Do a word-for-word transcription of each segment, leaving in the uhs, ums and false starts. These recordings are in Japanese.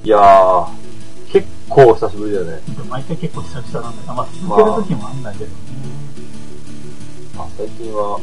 いやー、結構久しぶりだよね。 毎回結構久々なんだけど、まあ続ける時もあんだけどね。 まあ、最近は、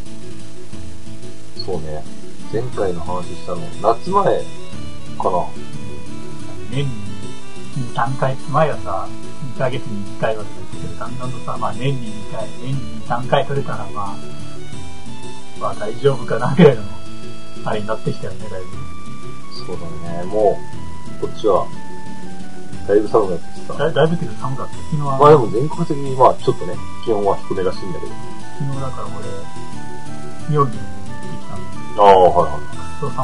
そうね、前回の話したの、夏前かな。 年にさんかい、前はさ、にかげつにいっかいは出てくるだんだんとさ、まあ年ににかい、年にさんかい取れたらまあ、まあ大丈夫かなぐらいの、あれになってきたよね、だいぶ。 そうだね、もう、こっちは、だいぶ寒くなってきた。 だ, だいぶけど寒かった。昨日は。 まあでも全国的にまあちょっとね、気温は低めらしいんだけど。 昨日だから俺、妙義に行ってきたんだああ、はいはい。 くそ寒かった。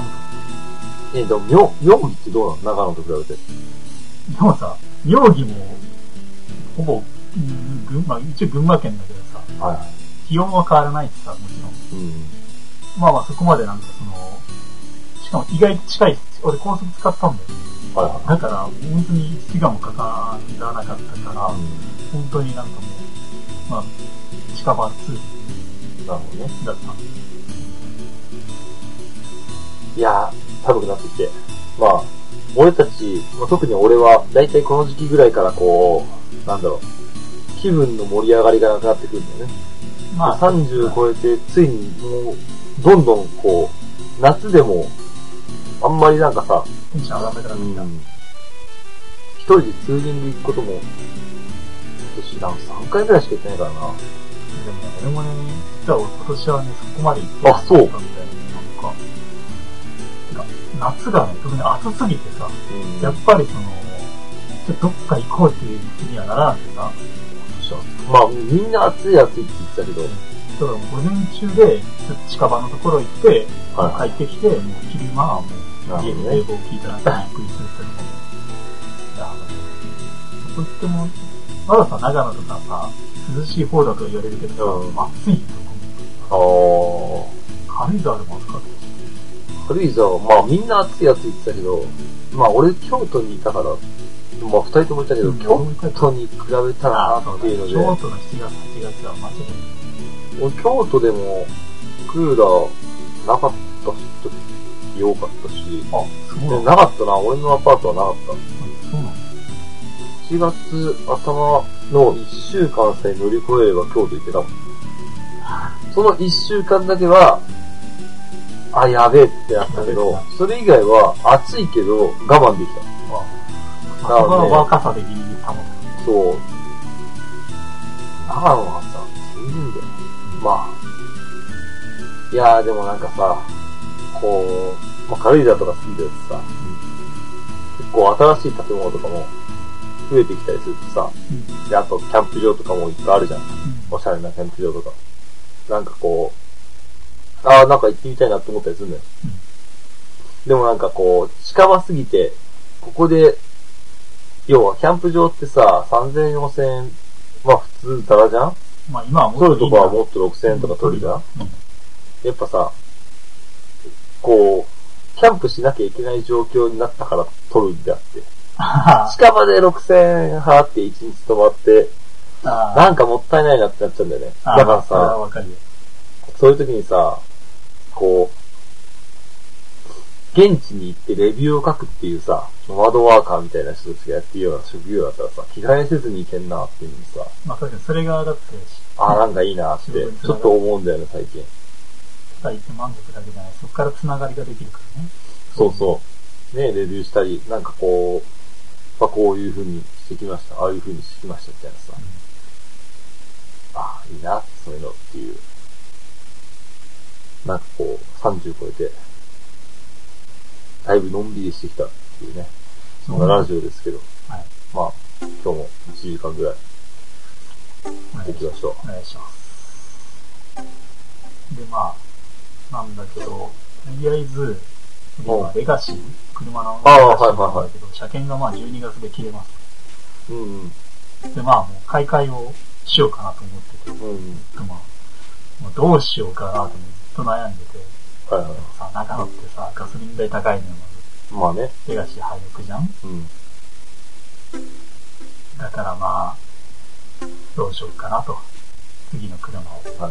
え、でも妙、妙義ってどうなの？長野と比べて。 でもさ、妙義も、ほぼ、うん、群馬、一応群馬県だけどさ、 はいはい。 気温は変わらないしさ、もちろん。 うん。 まあまあそこまでなんかその、しかも意外と近い、俺高速使ったんだよ。 はいはい。 だから、本当にいちじかんもかからなかったから、うん、本当になんかもう、まあ、近場通なるほどね。 だった。 いやー、寒くなってきて。まあ、俺たち、まあ、特に俺は、だいたいこの時期ぐらいからこう、なんだろう、気分の盛り上がりがなくなってくるんだよね。まあ、さんじゅう超えて、ついにもう、どんどんこう、夏でも、あんまりなんかさ、 テンション上がんなくなってきた。 一人でツーリング行くことも、私なんかさんかいぐらいしか行ってないからな。 でもね、俺もね、実は俺今年はね、そこまで行ってなかったみたいな、なんか、夏がね、特に暑すぎてさ、うん、やっぱりその、ちょっとどっか行こうっていう気にはならなくてさ、 まあみんな暑い暑いって言ってたけど、だからもう午前中で、ちょっと近場のところ行って、はい、帰ってきて、もう昼間はもう、家に冷房効いたらさ、ゆっくりするっていうのも、いや、といっても、まださ、長野とかさ、涼しい方だと言われるけどさ、うん、暑いとこ。ああ。軽井沢でも暑かったし。 軽井沢、まあみんな暑い暑いって言ってたけど、まあ俺京都にいたから、まあ二人ともいたけど、うん、京都に比べたらなっていうので。 京都のしちがつ、はちがつはマジで。 俺京都でも、クーラーなかったし、ちょっと良かったし。 あ、そうなの？ なかったな、俺のアパートはなかった。 そうなの？ しちがつ頭のいっしゅうかんさえ乗り越えれば京都行けたもん。そのいっしゅうかんだけは、あ、やべえってなったけど、それ以外は暑いけど我慢できた。 ああ。そこの若さでギリギリ保つ。 そう。長野はさ、全然だよ。まあ。いやーでもなんかさ、こう、まあ、軽井沢とか住んでるとさ、うん、結構新しい建物とかも増えてきたりするとさ、うん、で、あとキャンプ場とかもいっぱいあるじゃん。うん、おしゃれなキャンプ場とか。なんかこう、ああ、なんか行ってみたいなって思ったりするんだよ。うん、でもなんかこう、近場すぎて、ここで、要はキャンプ場ってさ、さんぜんえん、よんせんえん、まあ普通たらじゃん？ まあ今はもっといいな。 取るとこはもっとろくせんえんとか取るじゃん？うん、やっぱさ、こう、キャンプしなきゃいけない状況になったから取るんであって。近場でろくせんえん払っていちにち泊まって、なんかもったいないなってなっちゃうんだよね。だからさ、 わかるよ。 そういう時にさ、こう、現地に行ってレビューを書くっていうさ、ノマドワーカーみたいな人たちがやってるような職業だったらさ、着替えせずに行けんなっていうのにさ、 まあ確かにそれがだって、 ああ、なんかいいなって、ちょっと思うんだよね、最近。 ただ行って満足だけじゃない、そこからつながりができるからね。 そうそう。ね、レビューしたり、なんかこう、まあこういう風にしてきました、ああいう風にしてきましたみたいなさ、うん、ああ、いいな、そういうのっていう。なんかこう、さんじゅう超えて、だいぶのんびりしてきたっていうね。そんなラジオですけど。はい、まあ、今日もいちじかんぐらい。行きましょう。 お願いします。で、まあ、なんだけど、とりあえず、今、レガシー、車のレガシーなんだけど、あ、はいはいはい、車検がまあじゅうにがつで切れます。 うんうん。 で、まあ、もう買い替えをしようかなと思ってて、うんうん、まあ、もうどうしようかなと思ってずっと悩んでて、はいはい、さ、長野ってさ、ガソリン代高いのよ、 まあね。 レガシー廃屋じゃん、うん、だからまあ、どうしようかなと。次の車を。はいはい、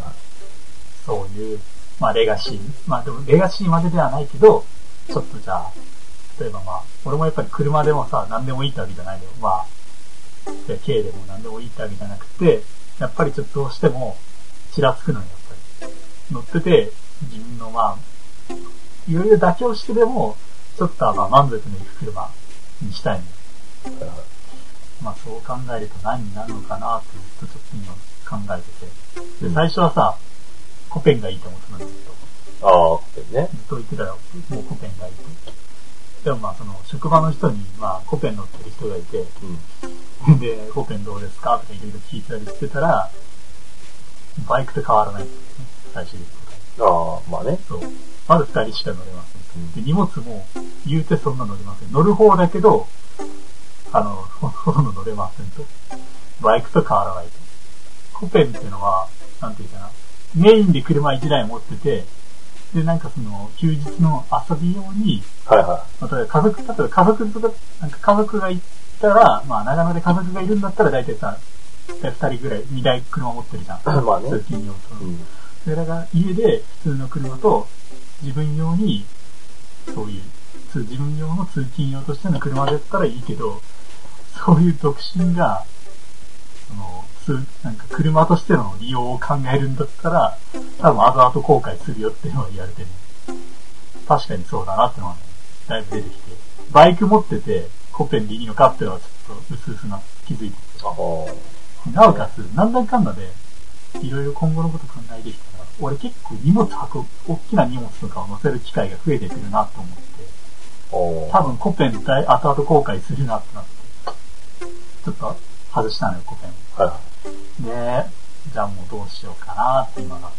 そういう、まあレガシー。まあでもレガシーまでではないけど、ちょっとじゃあ、 例えばまあ、俺もやっぱり車でもさ、何でもいいってわけじゃないよ。まあ、軽でも何でもいいってわけじゃなくて、やっぱりちょっとどうしても、ちらつくのよ、やっぱり。乗ってて、自分のまあ、いろいろ妥協してでも、ちょっとはまあ満足のいく車にしたいのよ。まあそう考えると何になるのかなってずっとちょっと今考えてて。で、最初はさ、コペンがいいと思ってたんだけど。 ああ、コペンね。 ずっと言ってたよ。もうコペンがいいと。でもまあその、職場の人に、まあコペン乗ってる人がいて、うん、で、コペンどうですかとかいろいろ聞いたりしてたら、バイクと変わらないんですね、最終的に。 ああ、まあね。 そう。まず二人しか乗れません。うん、で、荷物も言うてそんな乗れません。乗る方だけど、あの、ほとんど乗れませんと。バイクと変わらないと。コペンっていうのは、なんていうかな、メインで車一台持ってて、で、なんかその、休日の遊び用に、 はいはい。 例えば家族、例えば家族とか、なんか家族が行ったら、まあ長野で家族がいるんだったら大体さ、二人ぐらい、二台車持ってるじゃん。 まあね。 通勤用と。うん。それが家で普通の車と、自分用に、そういう、自分用の通勤用としての車だったらいいけど、そういう独身が、その、なんか車としての利用を考えるんだったら、多分後々後悔するよっていうのは言われてね。確かにそうだなってのはね、だいぶ出てきて。バイク持ってて、コペンでいいのかっていうのはちょっと薄々な気づいてて。なおかつ、なんだかんだで、いろいろ今後のこと考えてきたら、俺結構荷物運ぶ、大きな荷物とかを乗せる機会が増えてくるなと思って、多分コペンで後々後悔するなってなって、ちょっと外したのよ、コペン。 はい。 で、じゃあもうどうしようかなって今なって。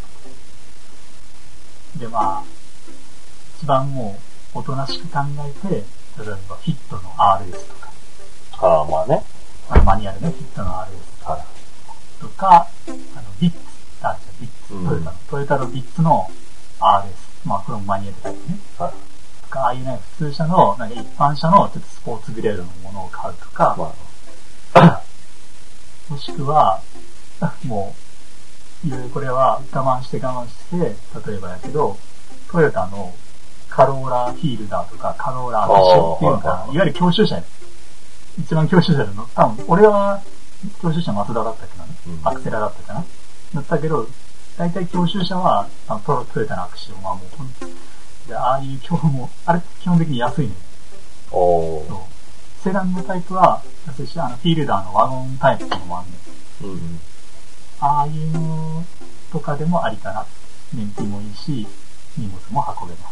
で、まあ、一番もう、おとなしく考えて、例えばフィットの アールエス とか。 ああ、まあね。 あのマニュアルね、フィットの アールエス とか。はい、とか、あの、ビッツ、あ、じゃビッツ、トヨタの、トヨタのビッツの アールエス。まあ、これもマニュアルタイプね。はい。とか、ああいうね、普通車の、なんか一般車のちょっとスポーツグレードのものを買うとか、まあ、もしくは、もう、いろいろこれは我慢して我慢して、例えばやけど、トヨタのカローラフィールダーとかカローラアクションっていうのが、いわゆる教習車や。一番教習車での、多分、俺は教習車マツダだったっけな、うん、アクセラだったかなだったけど、大体教習車はあのト, トヨタのアクションはもうほんで、ああいう今日も、あれ基本的に安いね。おー。そう。セダンのタイプは、安いし、あの、フィールダーのワゴンタイプっていうのもあるね。うんうん。ああいうのとかでもありかな。燃費もいいし、荷物も運べます。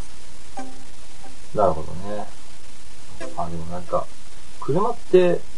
なるほどね。あ、でもなんか、車って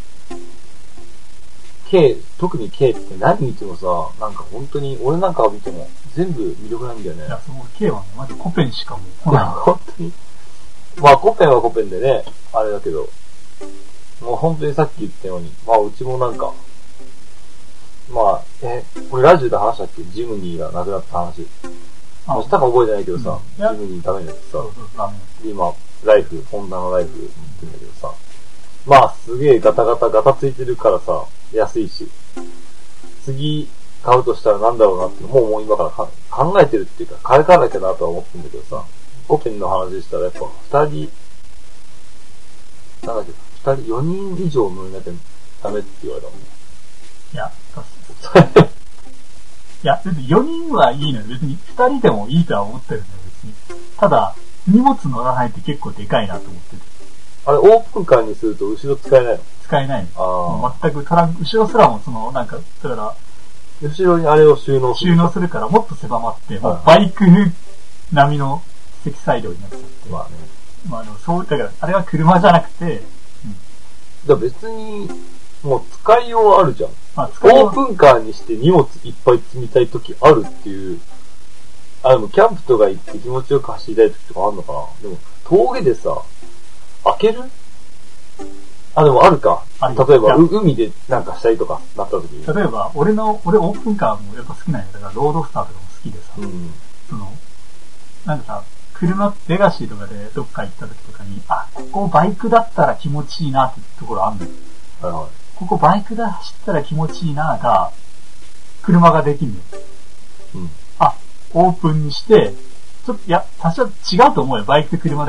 、K、特に K って何見てもさ、なんか本当に、俺なんかを見ても全部魅力なんだよね。 いや、その K はね、まずコペンしかも来ない。 本当に。まあコペンはコペンでね、あれだけど、もう本当にさっき言ったように、まあうちもなんか、まあ、え、これラジオで話したっけ？ジムニーがなくなった話。もうしたか覚えてないけどさ、うん、ジムニーダメだってさ、そうそうダメで今、ライフ、ホンダのライフ乗ってるんだけどさ、まあすげえガタガタガタついてるからさ、安いし、次買うとしたらなんだろうなって、もうもう今からか考えてるっていうか、買い替えなきゃなとは思ってるんだけどさ、コペンの話したらやっぱ二人、なんだっけ、二人、四人以上乗れなきゃダメって言われたもんね。 いや、確かに。いや、別によにんはいいのよ。別にふたりでもいいとは思ってるんだよ、別に。ただ、荷物乗らないって結構でかいなと思ってて。 あれ、オープンカーにすると後ろ使えないの？ 使えないの。あ全くトランク、後ろすらもその、なんか、だから、 後ろにあれを収納する。収納するからもっと狭まって、もうバイク並みの積載量になっちゃって。まあね。まあでもそう、だから、あれは車じゃなくて、うん。 だ別に、もう使いようあるじゃん。まあ、使いようオープンカーにして荷物いっぱい積みたい時あるっていう。あ、でもキャンプとか行って気持ちよく走りたい時とかあるのかな。でも、峠でさ、開ける？あ、でもあるか。例えば、海でなんかしたりとかなった時に。 例えば、俺の、俺オープンカーもやっぱ好きなんや。だから、ロードスターとかも好きでさ、うん、その、なんかさ、車、レガシーとかでどっか行った時とかに、あ、ここバイクだったら気持ちいいなってところあんのよ。はいはい。ここバイクで走ったら気持ちいいなが、車ができんのよ。うん。あ、オープンにして、ちょっと、いや、多少違うと思うよ。バイクと車でも。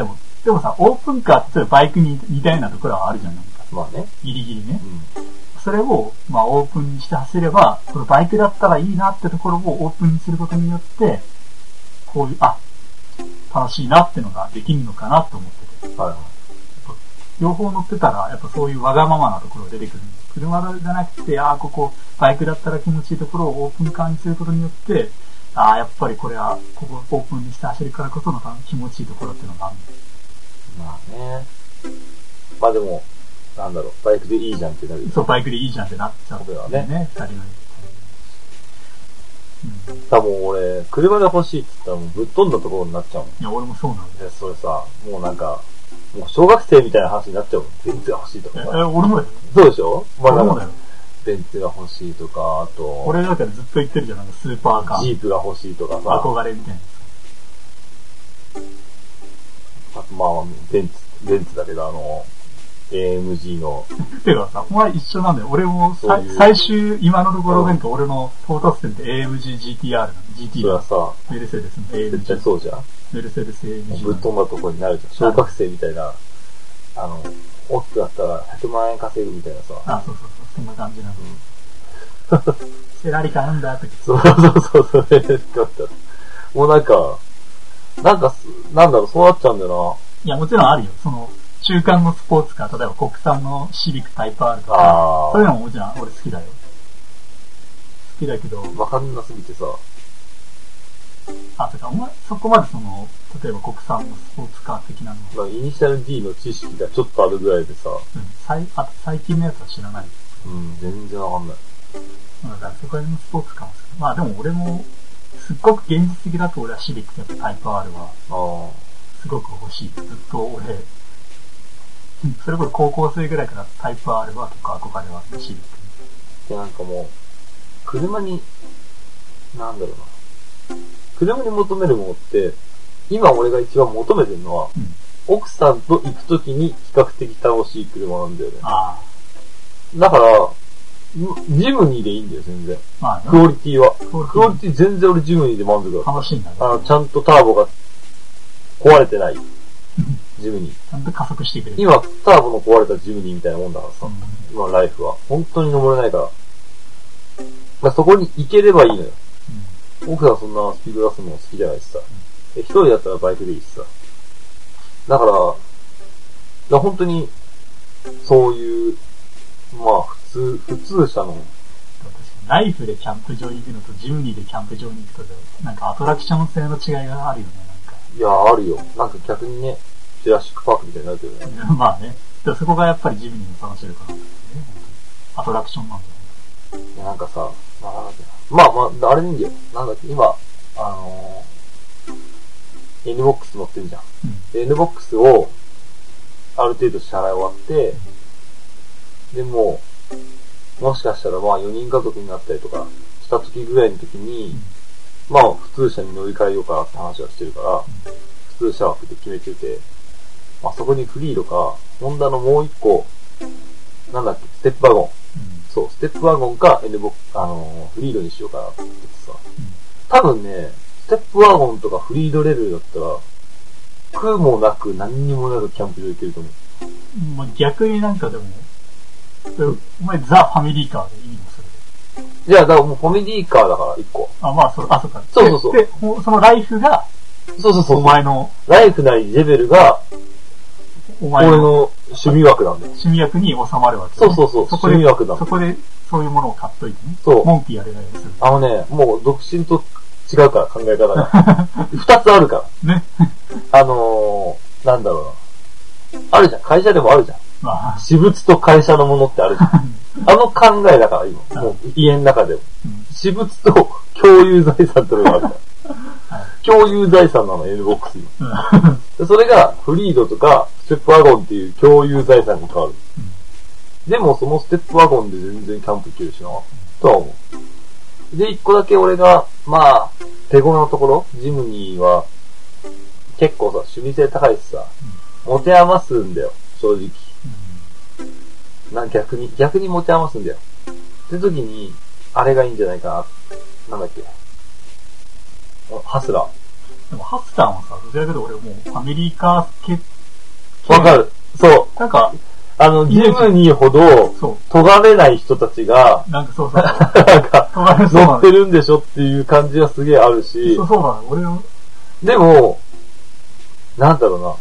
でもさ、オープンカーってバイクに似たようなところはあるじゃん、なんか。 まあね。 ギリギリね。うん、それを、まあオープンにして走れば、このバイクだったらいいなってところをオープンにすることによって、こういう、あ、楽しいなってのができるのかなと思ってて。はいはい。両方乗ってたら、やっぱそういうわがままなところが出てくる。車じゃなくて、ああ、ここ、バイクだったら気持ちいいところをオープンカーにすることによって、ああ、やっぱりこれは、ここオープンにして走るからこその気持ちいいところっていうのがある。 まあね。まあでも、なんだろう、バイクでいいじゃんってなる。 そう、バイクでいいじゃんってなっちゃう。 これはね。 ね、二人は。 うん。多分俺、車で欲しいって言ったらもうぶっ飛んだところになっちゃうもん。 いや、俺もそうなんだよ。 それさ、もうなんか、もう小学生みたいな話になっちゃうもん。ベンツが欲しいとかさ。 え、俺もだよ。 そうでしょ？まあ、 俺もだよ。 ベンツが欲しいとか、あと、 俺だからずっと言ってるじゃん、なんかスーパーカー。 ジープが欲しいとかさ。 憧れみたいな。 あとまあ、ベンツ、ベンツだけどあの、エーエムジー の。 てかさ、お前一緒なんだよ。俺もさうう最終、今のところなんか俺の到達点って エーエムジージーティーアール なの。ジーティーそれはさ、 メルセデスの エーエムジー。 絶対そうじゃん。 メルセデス エーエムジー。 ぶっ飛んだところになるじゃん。小学生みたいな、あの、大きくなったらひゃくまん円稼ぐみたいなさ。 あ、そうそうそう、そんな感じなの。うん、フェラリ買うんだって。 そうそうそう、それ使った。もうなんか、なんか、なんだろう、そうなっちゃうんだよな。いや、もちろんあるよ。その、中間のスポーツカー、例えば国産のシビックタイプ R とか、そういうのももちろん俺好きだよ。好きだけど。 わかんなすぎてさ。 あ、てかお前、そこまでその、例えば国産のスポーツカー的なの。 まあ、イニシャル D の知識がちょっとあるぐらいでさ。 うん、最、あと最近のやつは知らない。 うん、全然わかんない。 だからそこら辺のスポーツカーも好き。まあでも俺も、すっごく現実的だと俺はシビックとタイプ R は、すごく欲しい。ずっと俺、それこそ高校生ぐらいからタイプ R は結構憧れはあるし。 で、なんかもう、車に、なんだろうな。車に求めるものって、今俺が一番求めてるのは、うん、奥さんと行くときに比較的楽しい車なんだよね。あだから、ジムニーでいいんだよ、全然。まあ、クオリティは。クオリティ全然俺ジムニーで満足だ。 楽しいんだね。 あの、ちゃんとターボが壊れてない。ジムニー。 ちゃんと加速してくれる。 今、ターボの壊れたジムニーみたいなもんだからさ。うん、今、ライフは。本当に登れないから。まあ、そこに行ければいいのよ。うん、奥さんはそんなスピード出すの好きじゃないしさ。うん、一人だったらバイクでいいしさ。だから、だから本当に、そういう、まあ、普通、普通車の。 ライフでキャンプ場に行くのとジムニーでキャンプ場に行くとで、なんかアトラクション性の違いがあるよね、なんか。 いや、あるよ。なんか逆にね、ジュラシックパークみたいになるけどね。 まあね。でもそこがやっぱりジムニーの楽しいからね。アトラクションなんだよね。 いや、なんかさ、まあ、まあまあ、あれでいいんだよ。なんだっけ、今、あのー、N ボックス乗ってるじゃん。うん、N ボックスを、ある程度支払い終わって、でも、もしかしたらまあよにん家族になったりとかした時ぐらいの時に、うん、まあ普通車に乗り換えようかなって話はしてるから、うん、普通車枠で決めてて、まあそこにフリードか、ホンダのもう一個、なんだっけ、ステップワゴン。うん、そう、ステップワゴンか N ボックス、あのー、フリードにしようかなって言ってさ、多分ね、ステップワゴンとかフリードレベルだったら、苦もなく何にもなくキャンプ場行けると思う。 まあ逆になんかでも、お前ザ・ファミリーカーでいいのそれで。 いや、だからもうファミリーカーだから一個。 あ、まあそ、あ、そっか。 そうそうそう。 で、そのライフが、 そうそうそう。 お前の。 ライフなりレベルが、お前の。俺の趣味枠なんだよ。 趣味枠に収まるわけ、 ね。そうそうそう。そこで趣味枠だ。 そこでそういうものを買っといてね。 そう。 モンキーやれないようにする。 あのね、もう独身と違うから考え方が。二つあるから。ね。あのー、なんだろうな。あるじゃん。会社でもあるじゃん。まあ、私物と会社のものってあるじゃん。あの考えだから今。もう家の中でも。うん、私物と共有財産ってのがあるから。共有財産なの、N ボックス今。うん、それがフリードとかステップワゴンっていう共有財産に変わる。うん、でもそのステップワゴンで全然キャンプ行けるしな、とは思う。で、一個だけ俺が、まあ、手頃なところ、ジムニーは、結構さ、趣味性高いしさ、うん、持て余すんだよ、正直。な逆に、逆に持て余すんだよ。って時に、あれがいいんじゃないかな。なんだっけ。ハスラー。 でもハスラーもさ、どちらかというと俺もうファミリーカー系わかる。そう。 なんか、 あの、ジムニーほど、尖れない人たちが、 なんかそうそうそう。 なんか、乗ってるんでしょっていう感じはすげえあるし。 そうそうだね、俺の。 でも、なんだろうな。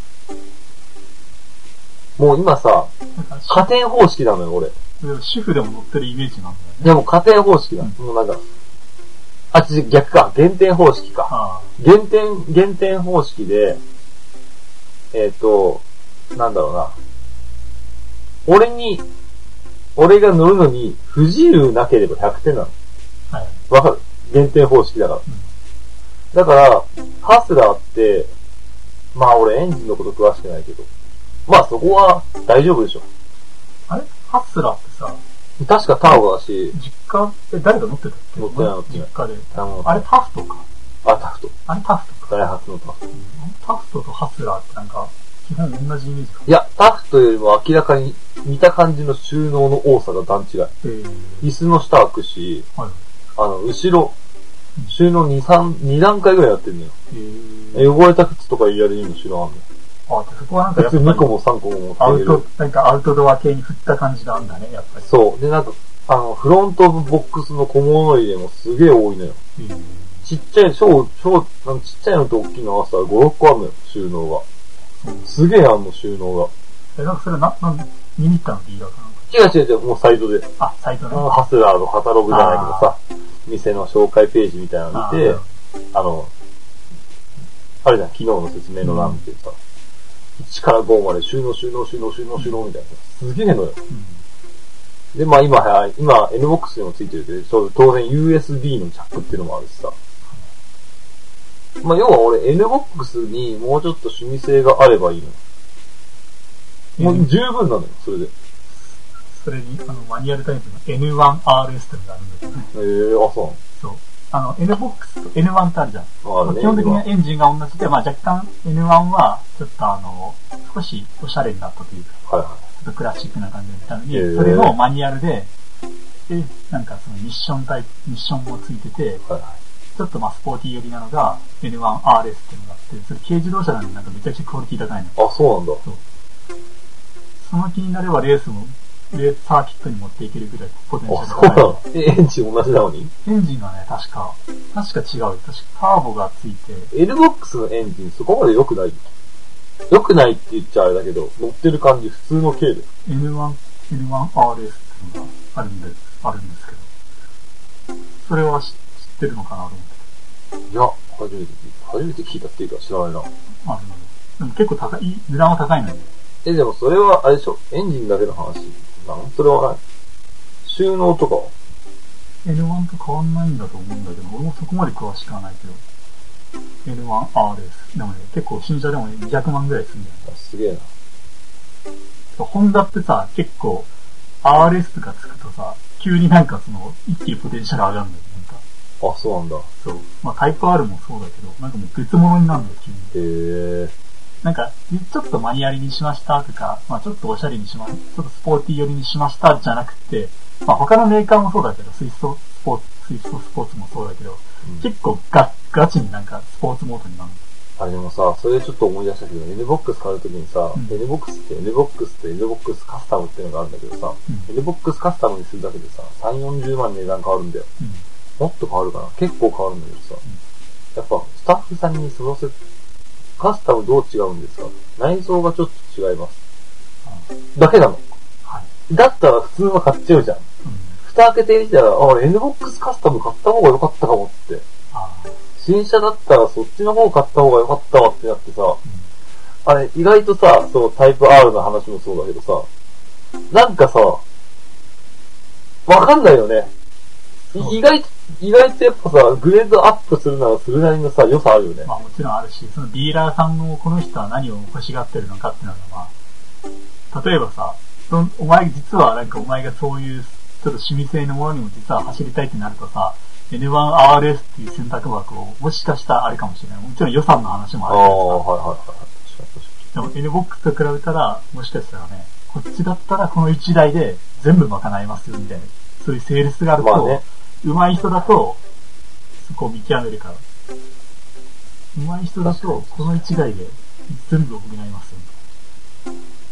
もう今さ、加点方式なのよ、俺。 主婦でも乗ってるイメージなんだよね。 でも加点方式だ。うん、もうなんか、あ、違う、逆か。減点方式か。ああ減点、減点方式で、えっと、なんだろうな。俺に、俺が乗るのに不自由なければひゃくてんなの。はい。わかる？減点方式だから。うん、だから、ハスラーって、まあ俺エンジンのこと詳しくないけど、まあそこは大丈夫でしょ。 あれハスラーってさ、 確かターボだし、 実家、え、誰が乗ってたっけ？ 乗ってない乗ってない。 実家で。あれタフトか。 あ、タフト。 あれタフトか。 ダイハツのタフト。 うん、タフトとハスラーってなんか、基本同じイメージか。 いや、タフトよりも明らかに似た感じの収納の多さが段違い。椅子の下開くし、はい、あの、後ろ、収納に、さん、に段階ぐらいやってるのよ。汚れた靴とかやるにも収納あるの。 あ、そこはなんかやっぱりにこもさんこも持ってアウト、なんかアウトドア系に振った感じがあるんだね、やっぱり。 そう。で、なんか、あの、フロントボックスの小物入れもすげえ多いのよ。うん、ちっちゃい、小、小、ちっちゃいのと大きいの合わせたらご、ろっこあるのよ、収納が。うん、すげえあんの、収納が。 え、なんかそれな、なん、見に行ったのディーラーかなんか違う違う違う、もうサイトで。 あ、サイトね。 ハスラーのカタログじゃないけどさ、店の紹介ページみたいなの見て、あ, あの、あれじゃん、昨日の説明の欄見てさ、うん、いちからごまで収納収納収納収納収納みたいな。すげえのよ。うん、で、まあ今、今 N-ボックス にもついてるけど、当然 ユーエスビー のジャックっていうのもあるしさ。まあ要は俺 N-ボックス にもうちょっと趣味性があればいいの。もう十分なのよ、それで。 それに、あの、マニュアルタイプの エヌワンアールエス ってのがあるんだけどね。 えー、あ、そうなの？ そう。あの、N-ボックス と エヌワン ってあるじゃん。あ、ね、基本的にエンジンが同じで、まあ若干 エヌワン は、ちょっとあの、少しおしゃれになったというか、はいはい、ちょっとクラシックな感じになったのに、えー、それのマニュアルで、で、なんかそのミッションタイプ、ミッションもついてて、はいはい、ちょっとまあスポーティー寄りなのが エヌワンアールエス っていうのがあって、それ軽自動車なのになんかめちゃくちゃクオリティ高いの。 あ、そうなんだ。そう。 その気になればレースも、レースサーキットに持っていけるぐらいポテンシャルが高い。あ、そうなの？え、エンジン同じなのに？ エンジンがね、確か、確か違う。確かターボがついて。 N-ボックス のエンジンそこまで良くない？良くないって言っちゃあれだけど、乗ってる感じ普通の軽で。 エヌワン、エヌワンアールエス っていうのがあるんで、あるんですけど。それは知ってるのかなと思って。 いや、初めて、初めて聞いたっていうか知らないな。 あ、でも結構高い、値段は高いのに。 え、でもそれはあれでしょ、エンジンだけの話なの？それは何？収納とかはエヌワン と変わんないんだと思うんだけど、俺もそこまで詳しくはないけど。エヌワンアールエス。でもね、結構新車でもにひゃくまんぐらいするんだよね。 すげえな。 ホンダってさ、結構 アールエス とかつくとさ、急になんかその、一気にポテンシャル上がるんだよ、なんか。 あ、そうなんだ。 そう。まあタイプ R もそうだけど、なんかもう別物になるんだよ、急に。 へー。 なんか、ちょっとマニュアルにしましたとか、まあちょっとおしゃれにしま、ちょっとスポーティー寄りにしましたじゃなくて、まあ他のメーカーもそうだけど、スイストスポーツ、スイストスポーツもそうだけど、うん、結構ガガチになんかスポーツモードになる。 あれでもさ、それちょっと思い出したけど、N-ボックス 買うときにさ、うん、N-ボックス って N-ボックス って N-ボックス カスタムっていうのがあるんだけどさ、うん、N-ボックス カスタムにするだけでさ、さん、よんじゅうまん値段変わるんだよ。うん、もっと変わるかな？結構変わるんだけどさ、やっぱスタッフさんにそのせ、カスタムどう違うんですか？内装がちょっと違います。だけなの。はい、だったら普通は買っちゃうじゃん。うん、蓋開けてみたら、あ、N-ボックス カスタム買った方が良かったかもって。新車だったらそっちの方買った方が良かったわってなってさ、うん、あれ意外とさ、そうタイプ R の話もそうだけどさ、なんかさ、わかんないよね。意外と、意外とやっぱさ、グレードアップするならするなりのさ、良さあるよね。 まあもちろんあるし、そのディーラーさんのこの人は何を欲しがってるのかっていうのがまあ、例えばさ、お前実はなんかお前がそういうちょっと趣味性のものにも実は走りたいってなるとさ、エヌワンアールエス っていう選択枠をもしかしたらあるかもしれない。もちろん予算の話もあるけどさ。ああ、はいはいはい。確かに確かに。でも N ボックスと比べたら、もしかしたらね、こっちだったらこのいちだいで全部賄えますよみたいな。そういうセールスがあると、まあね、上手い人だと、そこを見極めるから。上手い人だと、このいちだいで全部補いますよ。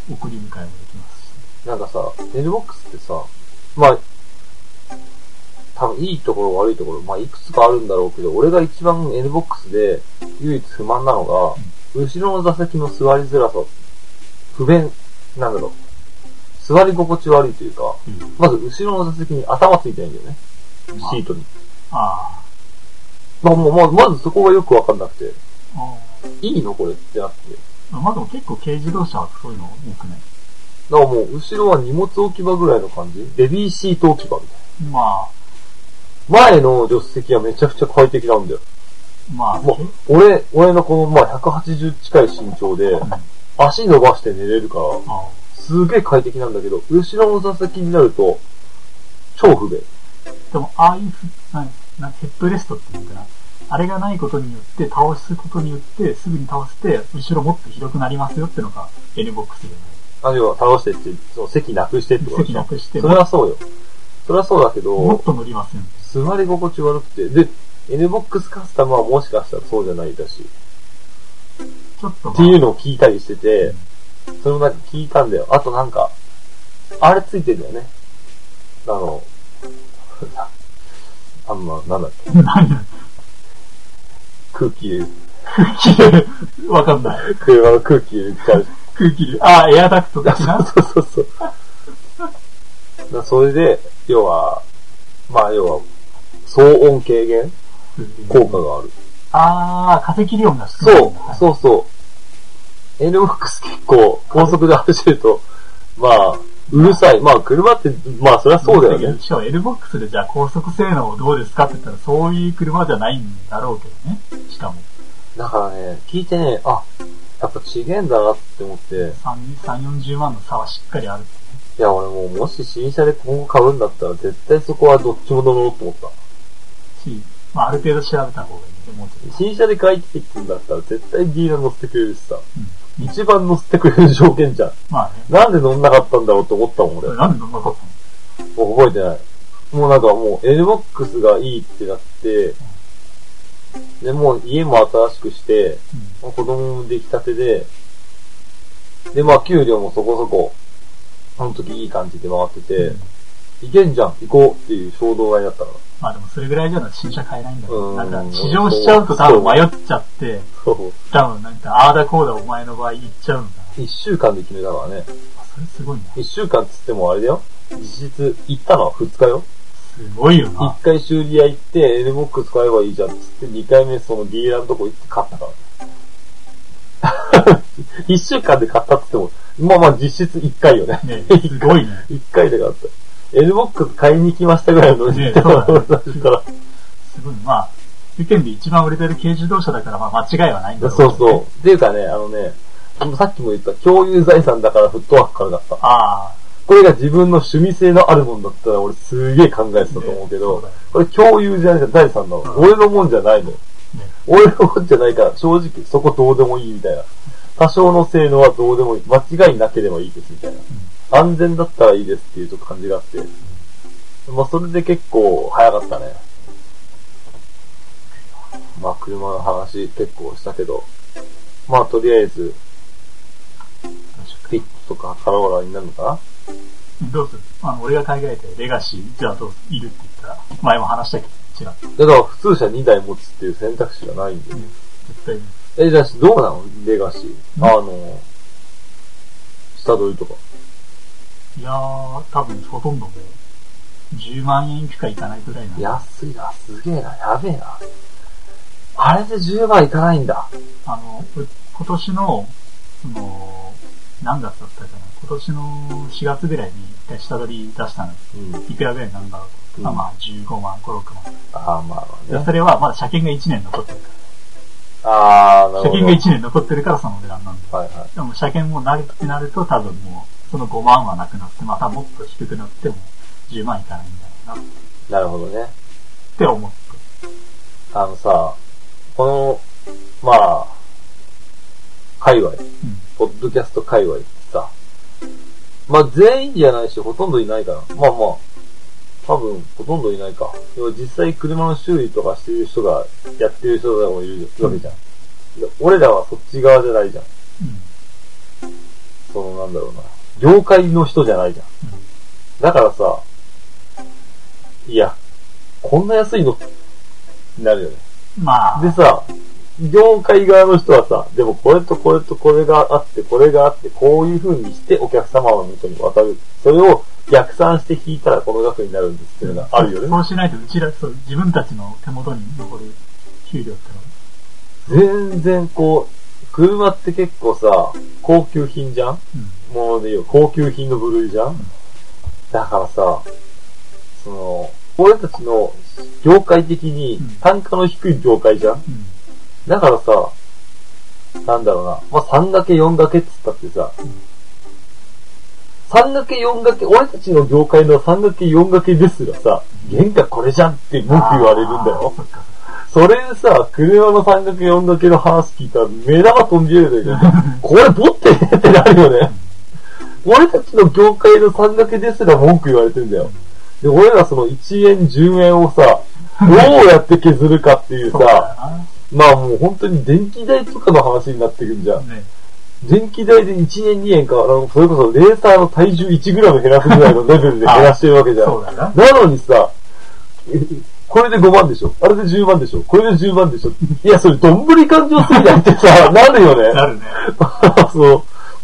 送り迎えもできますし。 なんかさ、N ボックスってさ、まあ、多分いいところ悪いところ、まあいくつかあるんだろうけど、俺が一番 N ボックスで唯一不満なのが、うん、後ろの座席の座りづらさ、不便、なんだろう、座り心地悪いというか、うん、まず後ろの座席に頭ついてないんだよね。まあ、シートに。ああ。まあもう、まあ、まずそこがよくわかんなくて、あいいのこれってなって。 まあでも結構軽自動車はそういうの多くない？ だからもう後ろは荷物置き場ぐらいの感じ？ベビーシート置き場みたいな。まあ。前の助手席はめちゃくちゃ快適なんだよ。まあ。もう、俺、俺のこのまあひゃくはちじゅう近い身長で、うん、足伸ばして寝れるから、あすげえ快適なんだけど、後ろの座席になると、超不便。 でも、ああいうふ、な、な、ヘッドレストっていうかな。あれがないことによって、倒すことによって、すぐに倒して、後ろもっと広くなりますよってのが N ボックスじゃない。 あるいは倒してって、その席なくしてってことでしょ。 席なくして。 それはそうよ。それはそうだけど、 もっと乗りますよね。 座り心地悪くて。で、N ボックスカスタムはもしかしたらそうじゃないだし。ちょっと、まあ。っていうのを聞いたりしてて、うん、それもなんか聞いたんだよ。あとなんか、あれついてんだよね。あの、あんま、なんだっけ。何空気入れる。 空気入れる。わかんない。 車の空気入れちゃう。 空気入れる。ああ、エアダクト的な。 そうそうそうそう。それで、要は、まあ要は、騒音軽減効果がある。 ああ、化石量が少ない。 そう、そうそう。N ボックス結構、高速で走ると、まあ、うるさい。まあ車って、まあそりゃそうだよね。 しかも N ボックスでじゃあ高速性能どうですかって言ったらそういう車じゃないんだろうけどね。しかも。 だからね、聞いてね、あ、やっぱ違えんだなって思って。 さん、よんじゅうまんの差はしっかりあるってね。 いや俺もうもし新車で今後買うんだったら絶対そこはどっちも乗ろうと思った。 し、まあある程度調べた方がいいね。もうちょっと新車で買い切ってきてんだったら絶対ディーラー乗せてくれるしさ。うん一番乗せてくれる条件じゃん。まあね。なんで乗んなかったんだろうと思ったもん、俺。 なんで乗んなかったの？もう覚えてない。もうなんかもう N ボックスがいいってなって、うん、で、もう家も新しくして、うん、子供も出来たてで、で、まあ給料もそこそこ、その時いい感じで回ってて、うん、いけんじゃん、行こうっていう衝動買いだったから。 まあでもそれぐらいじゃな新車買えないんだけど、なんか試乗しちゃうと多分迷っちゃって、多分なんかあーだこーだお前の場合言っちゃうんだ。 一週間で決めたからね。 あ、それすごいな。 一週間つってもあれだよ。実質行ったのは二日よ。 すごいよな。 一回修理屋行って N ボックス買えばいいじゃんっつって二回目そのディーラーのとこ行って買ったから。一週間で買ったっつっても、まあまあ実質一回よね。 ねすごいね。 一回で買った。N ボックス買いに来ましたぐらいのね、そうだね。すごい、まあ、世間で一番売れてる軽自動車だから、まあ間違いはないんだろう、ね。 そうそう。っていうかね、あのね、さっきも言った共有財産だからフットワークからだった。ああ。これが自分の趣味性のあるもんだったら俺すげえ考えてたと思うけど、ね、これ共有じゃないじゃん、財産なの、うん。俺のもんじゃないの。ね、俺のもんじゃないから正直そこどうでもいいみたいな。多少の性能はどうでもいい。間違いなければいいですみたいな。うん安全だったらいいですっていうちょっと感じがあって。まあそれで結構早かったね。まあ車の話結構したけど。まあとりあえず、フィットとかカローラになるのかなどうするあの、俺が考えてレガシー、じゃあどうするいるって言ったら、前も話したけど、違う。 だから普通車にだい持つっていう選択肢がないんで。うん、絶対に。 え、じゃあどうなのレガシー。あの、下取りとか。 いやー、多分ほとんどもう、じゅうまんえんいくかいかないくらいな。 安いな、すげえな、やべえな。あれでじゅうまんいかないんだ。 あの、今年の、その、何月だったかな、今年のしがつぐらいに一回下取り出したんです。うん、いくらぐらいなんだろう、うん、まあじゅうごまん、ご、ろくまん。 ああ、まあね。 それはまだ車検がいちねん残ってるから。 ああ、なるほど。 車検がいちねん残ってるからその値段なんで。 はいはい。 でも車検も慣れってなると多分もう、そのごまんはなくなって、またもっと低くなってもじゅうまんいかないんだろうな。なるほどね。 って思って。 あのさ、この、まあ、界隈、うん、ポッドキャスト界隈ってさ、まあ全員じゃないし、ほとんどいないから。まあまあ、多分、ほとんどいないか。要は実際車の修理とかしてる人が、やってる人がいるわけじゃん。うん、俺らはそっち側じゃないじゃん。うん、 そのなんだろうな、業界の人じゃないじゃん。うん、だからさ、いや、こんな安いのってなるよね。 まあ。 でさ、業界側の人はさ、でもこれとこれとこれがあって、これがあって、こういう風にしてお客様の元に渡る。それを逆算して引いたらこの額になるんですっていうのがあるよね。 そうしないとうちら、そう、自分たちの手元に残る給料ってのは。全然こう、車って結構さ、高級品じゃん、うん、もうで言う高級品の部類じゃん、うん、だからさ、その、俺たちの業界的に単価の低い業界じゃん、うん、だからさ、なんだろうな、まあ、さん掛けよん掛けって言ったってさ、うん、さん掛けよん掛け、俺たちの業界のさん掛けよん掛けですらさ、原価これじゃんって文句言われるんだよ。それでさ、車のさん掛けよん掛けの話聞いたら目玉飛んじゃうんだけど、これボってねってなるよね。俺たちの業界のさん掛けですら文句言われてるんだよ。で、俺らそのいちえん、じゅうえんをさ、どうやって削るかっていうさ、まあもう本当に電気代とかの話になってくんじゃん。ね、電気代でいちえん、にえんか、それこそレーサーの体重いちグラム減らすぐらいのレベルで減らしてるわけじゃん。な. なのにさ、これでごまんでしょ、あれでじゅうまんでしょ、これでじゅうまんでしょ。いや、それどんぶり勘定すぎないってさ、なるよね。 なるね。 そう。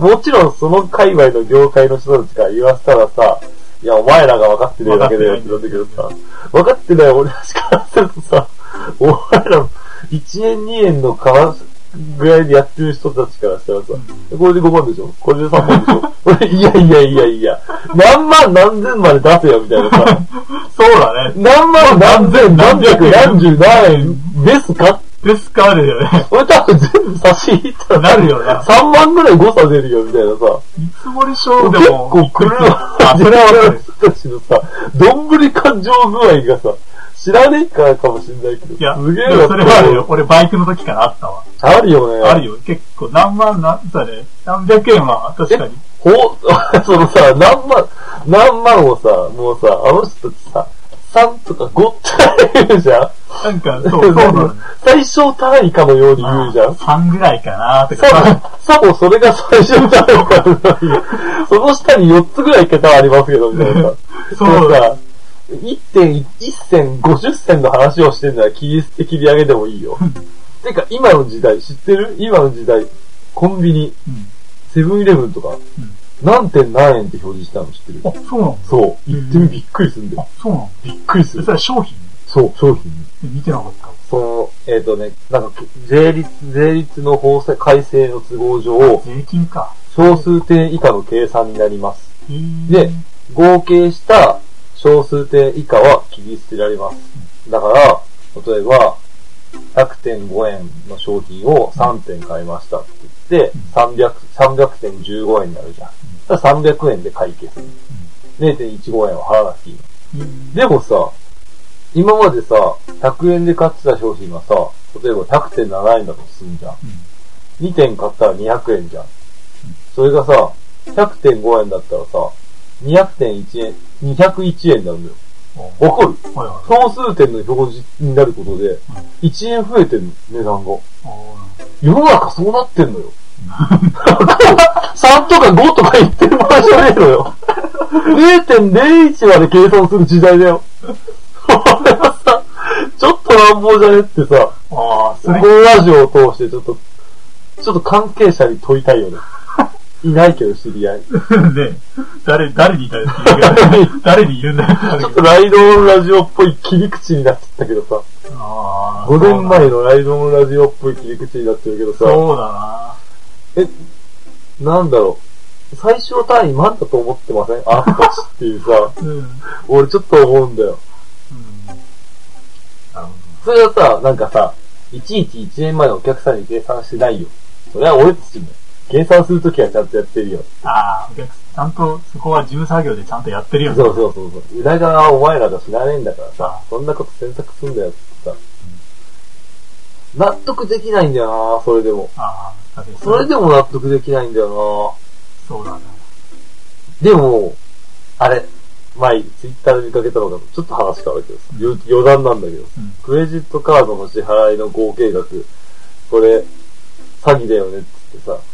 もちろんその界隈の業界の人たちから言わせたらさ、いや、お前らが分かってないだけだよって言うんだけどさ、分かってない俺たちからするとさ、お前らいちえんにえんのからぐらいでやってる人たちからしたらさ、うん、これでごまんでしょ、これでさんまんでしょいやいやいやいや、何万何千まで出せよみたいなさ、 そうだね。 何万何千何百何十何円ですかですかあるよね。 俺多分全部差し引いたらなるよな。 さんまんぐらい誤差出るよみたいなさ。 見積もり書でも。 結構来るわ。それは俺の人たちのさ、どんぶり勘定具合がさ、知らねえからかもしんないけど。 いや、すげえな。それはあるよ。俺バイクの時からあったわ。 あるよね。 あるよ。結構何万なんだね。何百円は確かに。 ほ、そのさ、何万、何万をさ、もうさ、あの人たちさ、さんとかごって言うじゃん。 なんか、そう、そうなの。 最小単位かのように言うじゃん。 さんぐらいかなとか。 さもそれが最小単位かのように。その下によっつぐらい桁ありますけど、みたいな。そうさ、いってんいち銭、ごじゅっ銭の話をしてんなら切り捨て切り上げでもいいよ。てか、今の時代、知ってる？今の時代、コンビニ、セブンイレブンとか、うん何点何円って表示したの知ってる？ あ、そうなの？ そう。言ってみびっくりするんだよ。 あ、そうなの？ びっくりする。 それ商品？ そう、商品。 見てなかった。 その、えっとね、なんか、税率、税率の法制改正の都合上、 税金か。 小数点以下の計算になります。で、合計した小数点以下は切り捨てられます。だから、例えば、ひゃくてんごえんの商品をさんてん買いましたって言って、さんびゃく、さんびゃくてんじゅうごえんになるじゃん。さんびゃくえんで会計する。れいてんいちごえんは払わなくていいの。うん、でもさ、今までさ、ひゃくえんで買ってた商品がさ、例えば ひゃくてんななえんだとすんじゃん。うん、にてん買ったらにひゃくえんじゃん。それがさ、ひゃくてんごえんだったらさ、にひゃくてんいちえん、にひゃくいちえんになるんだよ。わかる？はいはい、小数点の表示になることで、いちえん増えてんの、値段が。世の中そうなってんのよ。さんとかごとか言ってる場合じゃねえのよ。れいてんれいいち まで計算する時代だよ。これはさ、ちょっと乱暴じゃねってさ、あそれこのラジオを通してちょっと、ちょっと関係者に問いたいよね。いないけど知り合い。ね誰、誰にいたよ誰にいるんだよ。 ちょっとライドオンラジオっぽい切り口になっちゃったけどさ。あごねんまえのライドオンラジオっぽい切り口になっちゃうけどさ。 そうだなえ、なんだろう。最小単位万だと思ってません？あったちっていうさ、うん。俺ちょっと思うんだよ。うん。なるほど。それはさ、なんかさ、いちいちいちねんまえのお客さんに計算してないよ。それは俺たちも。計算するときはちゃんとやってるよ。 ああ、お客さん、ちゃんとそこは事務作業でちゃんとやってるよ。 そうそうそうそう。裏側はお前らが知らねえんだからさ、そんなこと詮索すんだよってさ、うん、納得できないんだよな、それでも。ああ、それでも納得できないんだよな。 そうだね。 でも、あれ、前ツイッターで見かけたのがちょっと話変わるけどさ、うん、余談なんだけど、うん、クレジットカードの支払いの合計額、これ、詐欺だよねって言ってさ、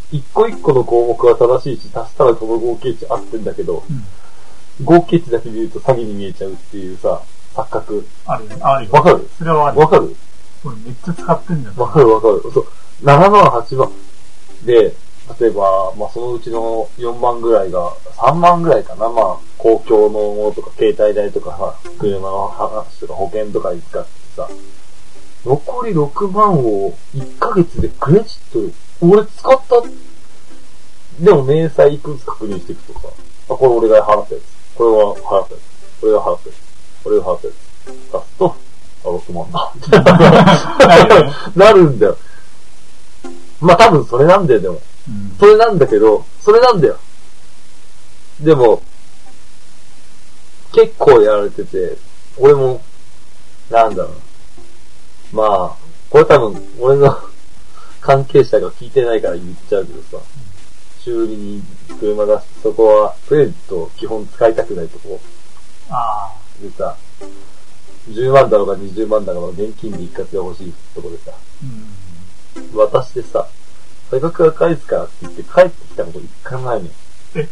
一個一個の項目は正しいし、足したらこの合計値合ってんだけど、うん、合計値だけ見ると詐欺に見えちゃうっていうさ、錯覚。 あるよね。あるよ。 わかる？ それはある。 わかる？ 俺めっちゃ使ってんじゃん。 わかるわかる。そう。ななまん、はちまん。で、例えば、まあそのうちのよんまんぐらいが、さんまんぐらいかな。まあ、公共のものとか、携帯代とかさ、車の話とか保険とかに使ってさ、残りろくまんをいっかげつでクレジット、俺使った。でも明細いくつ確認していくとさ、あ、これ俺が払ったやつ。これは払ったやつ。これが払ったやつ。これが払ったやつ。足すと、あ、ろくまんだ。なるんだよ。まあ多分それなんだよ、でも。うん、それなんだけど、それなんだよ。でも、結構やられてて、俺も、なんだろう。まあ、これ多分、俺の関係者が聞いてないから言っちゃうけどさ、修理に車出して、そこは、クレジットを基本使いたくないとこ。 ああ。でさ、じゅうまんだろうがにじゅうまんだろうが現金で一括が欲しいとこでさ、うん、渡してさ、差額が返すからって言って帰ってきたこと一回もないね。 え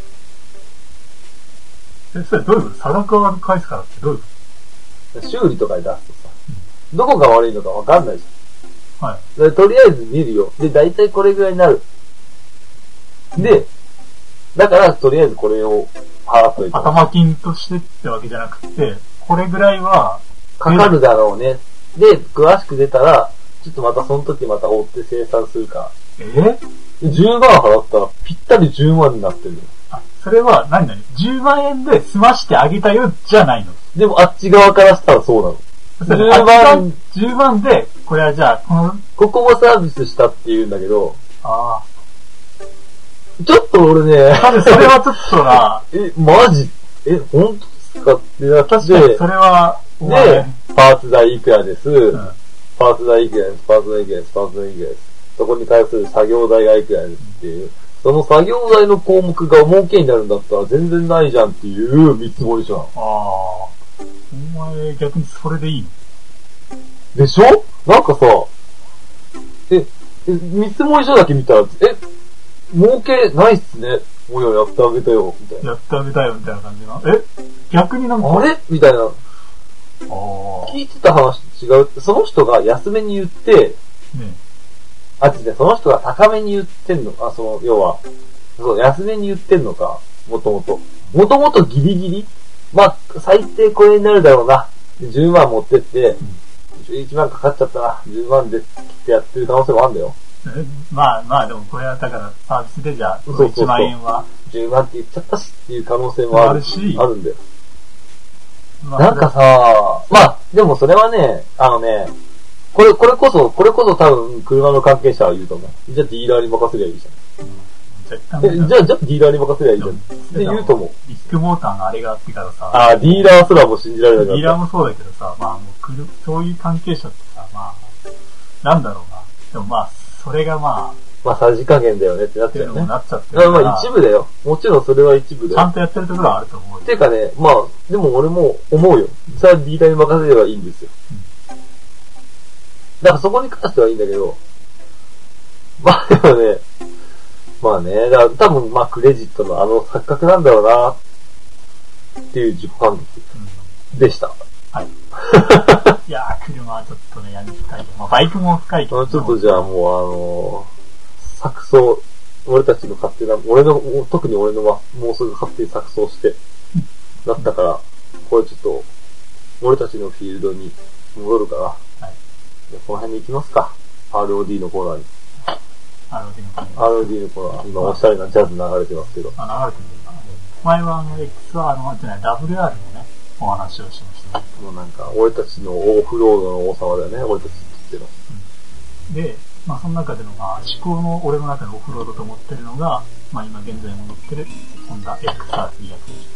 え、それどういうこと？差額が返すからってどういうこと？修理とかで出すとさ、うん、どこが悪いのかわかんないじゃん。はい。 でとりあえず見るよ。で、だいたいこれぐらいになる。で、だからとりあえずこれを払っといて。 頭金としてってわけじゃなくて、これぐらいは、 かかるだろうね。で、詳しく出たら、ちょっとまたその時また追って生産するから。 えー、じゅうまん払ったらぴったりじゅうまんになってるの。 あ、それは何々 ?じゅうまん円で済ましてあげたよじゃないの。 でもあっち側からしたらそうなの。 じゅうまん、じゅうまんで、これはじゃあ、この、 ここもサービスしたって言うんだけど、 ああ。 ちょっと俺ね、 多分それはちょっとな、 え、マジえ、本当ですかってなって、 確かにそれは、 で、パーツ代いくらです、うん、パーツ代いくらです、パーツ代いくらです、パーツ代いくらです。そこに対する作業代がいくらですっていう。その作業代の項目が儲けになるんだったら全然ないじゃんっていう見積もりじゃん。ああ。お前逆にそれでいいの？ でしょ？なんかさ、え、え見積もり書だけ見たら、え、儲けないっすね。おや、やってあげたよ、みたいな。 やってあげたよ、みたいな感じな。え逆になんか。 あれみたいな。 あ聞いてた話と違うって、その人が安めに言って、 ね、 あ、違う、その人が高めに言ってんのか、その、要は、そう、安めに言ってんのか、もともと。もともとギリギリまあ、最低これになるだろうな。じゅうまん持ってって、うん、いちまんかかっちゃったな。じゅうまんで切ってやってる可能性もあるんだよ。 まあまあでもこれはだからサービスでじゃあいちまん円はじゅうまんって言っちゃったしっていう可能性もあるあるしあるんだよ、まあ、なんかさまあでもそれはねあのねこれこれこそこれこそ多分車の関係者は言うと思う。じゃあディーラーに任せりゃいいじゃん、うん、えじゃあじゃあディーラーに任せりゃいいじゃんって言うと思う。 ビッグモーターのあれがあってからさあディーラーすらも信じられないからディーラーもそうだけどさまあもうそういう関係者ってさまあなんだろうなでもまあそれがまあ、 まあさじ加減だよねってなっちゃうよね。 なっちゃってるから。 まあ一部だよ。もちろんそれは一部だよ。 ちゃんとやってるところはあると思う。 っていうかね、まあ、でも俺も思うよ。それは D ラに任せればいいんですよ。うん、だからそこに関してはいいんだけど、まあでもね、まあね、だから多分まあクレジットのあの錯覚なんだろうな、っていう自己完結でした。 はい。いやー、車はちょっとね、やり深い。まあ、バイクも深いけど。 ちょっとじゃあもうあのー、錯綜、俺たちの勝手な、俺の、特に俺の妄想が勝手に錯綜して、なったから、これちょっと、俺たちのフィールドに戻るから、はい。じゃあこの辺に行きますか。アールオーディー のコーナーに。 アールオーディー のコーナー。 アールオーディー のコーナー。今おしゃれなジャズ流れてますけど。 あ、流れてるんだ。前はあの、エックスアール の、じゃない、ダブリューアール のね、お話をしました。 もうなんか、俺たちのオフロードの王様だよね、俺たちって言ってます。で、まあその中での、まあ思考の、俺の中のオフロードと思ってるのが、まあ今現在も乗ってる、ホンダ エックスアール ツーひゃくです。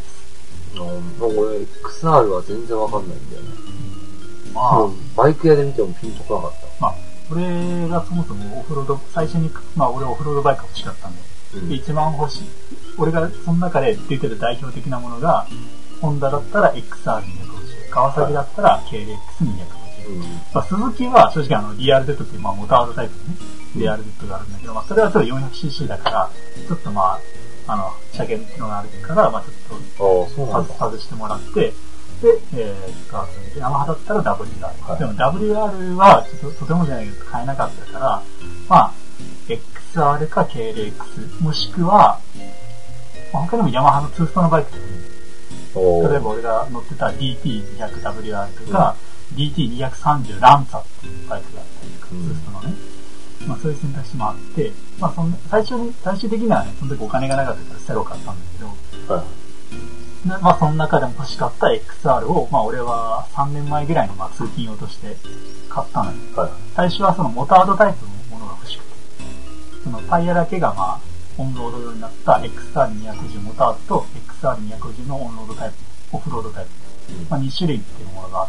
うん、俺、エックスアール は全然わかんないんだよね。うん、まあ、バイク屋で見てもピンとこなかった。 まあ、俺がそもそもオフロード、最初に、まあ俺オフロードバイク欲しかったんで、うん、で、一番欲しい。俺がその中で出てる代表的なものが、ホンダだったら エックスアールにひゃくごじゅう、川崎だったら ケーエルエックスにひゃくごじゅう、はい、まあ、鈴木は正直あの ディーアールゼット っていうまあモタードタイプのね、 レアルネットがあるんだけど、まあそれはちょっと よんひゃくシーシー だから、ちょっとまあ、あの、車検の機能があるから、まあちょっと、外してもらって、で、えー、使わずに、ヤマハだったら ダブリューアール。はい、でも ダブリューアール は、ちょっととてもじゃないけど買えなかったから、まあ、エックスアール か ケーエルエックス、もしくは、まあ、他にもヤマハのツーストのバイクとか、例えば俺が乗ってた ディーティーにひゃくダブリューアール とか、うん、ディーティーにひゃくさんじゅう ランツァっていうバイクがあったりとか、ツーストのね。まあそういう選択肢もあって、まあそん最初に、最終的にはね、その時お金がなかったからセロ買ったんだけど、はい、でまあその中でも欲しかった エックスアール を、まあ俺はさんねんまえぐらいのまあ通勤用として買ったのよ。はい、最初はそのモタードタイプのものが欲しくて、そのタイヤだけがまあ、オンロード用になった エックスアールにひゃくじゅう モタードと エックスアールにひゃくじゅう のオンロードタイプ、オフロードタイプ、まあに種類っていうものがあって、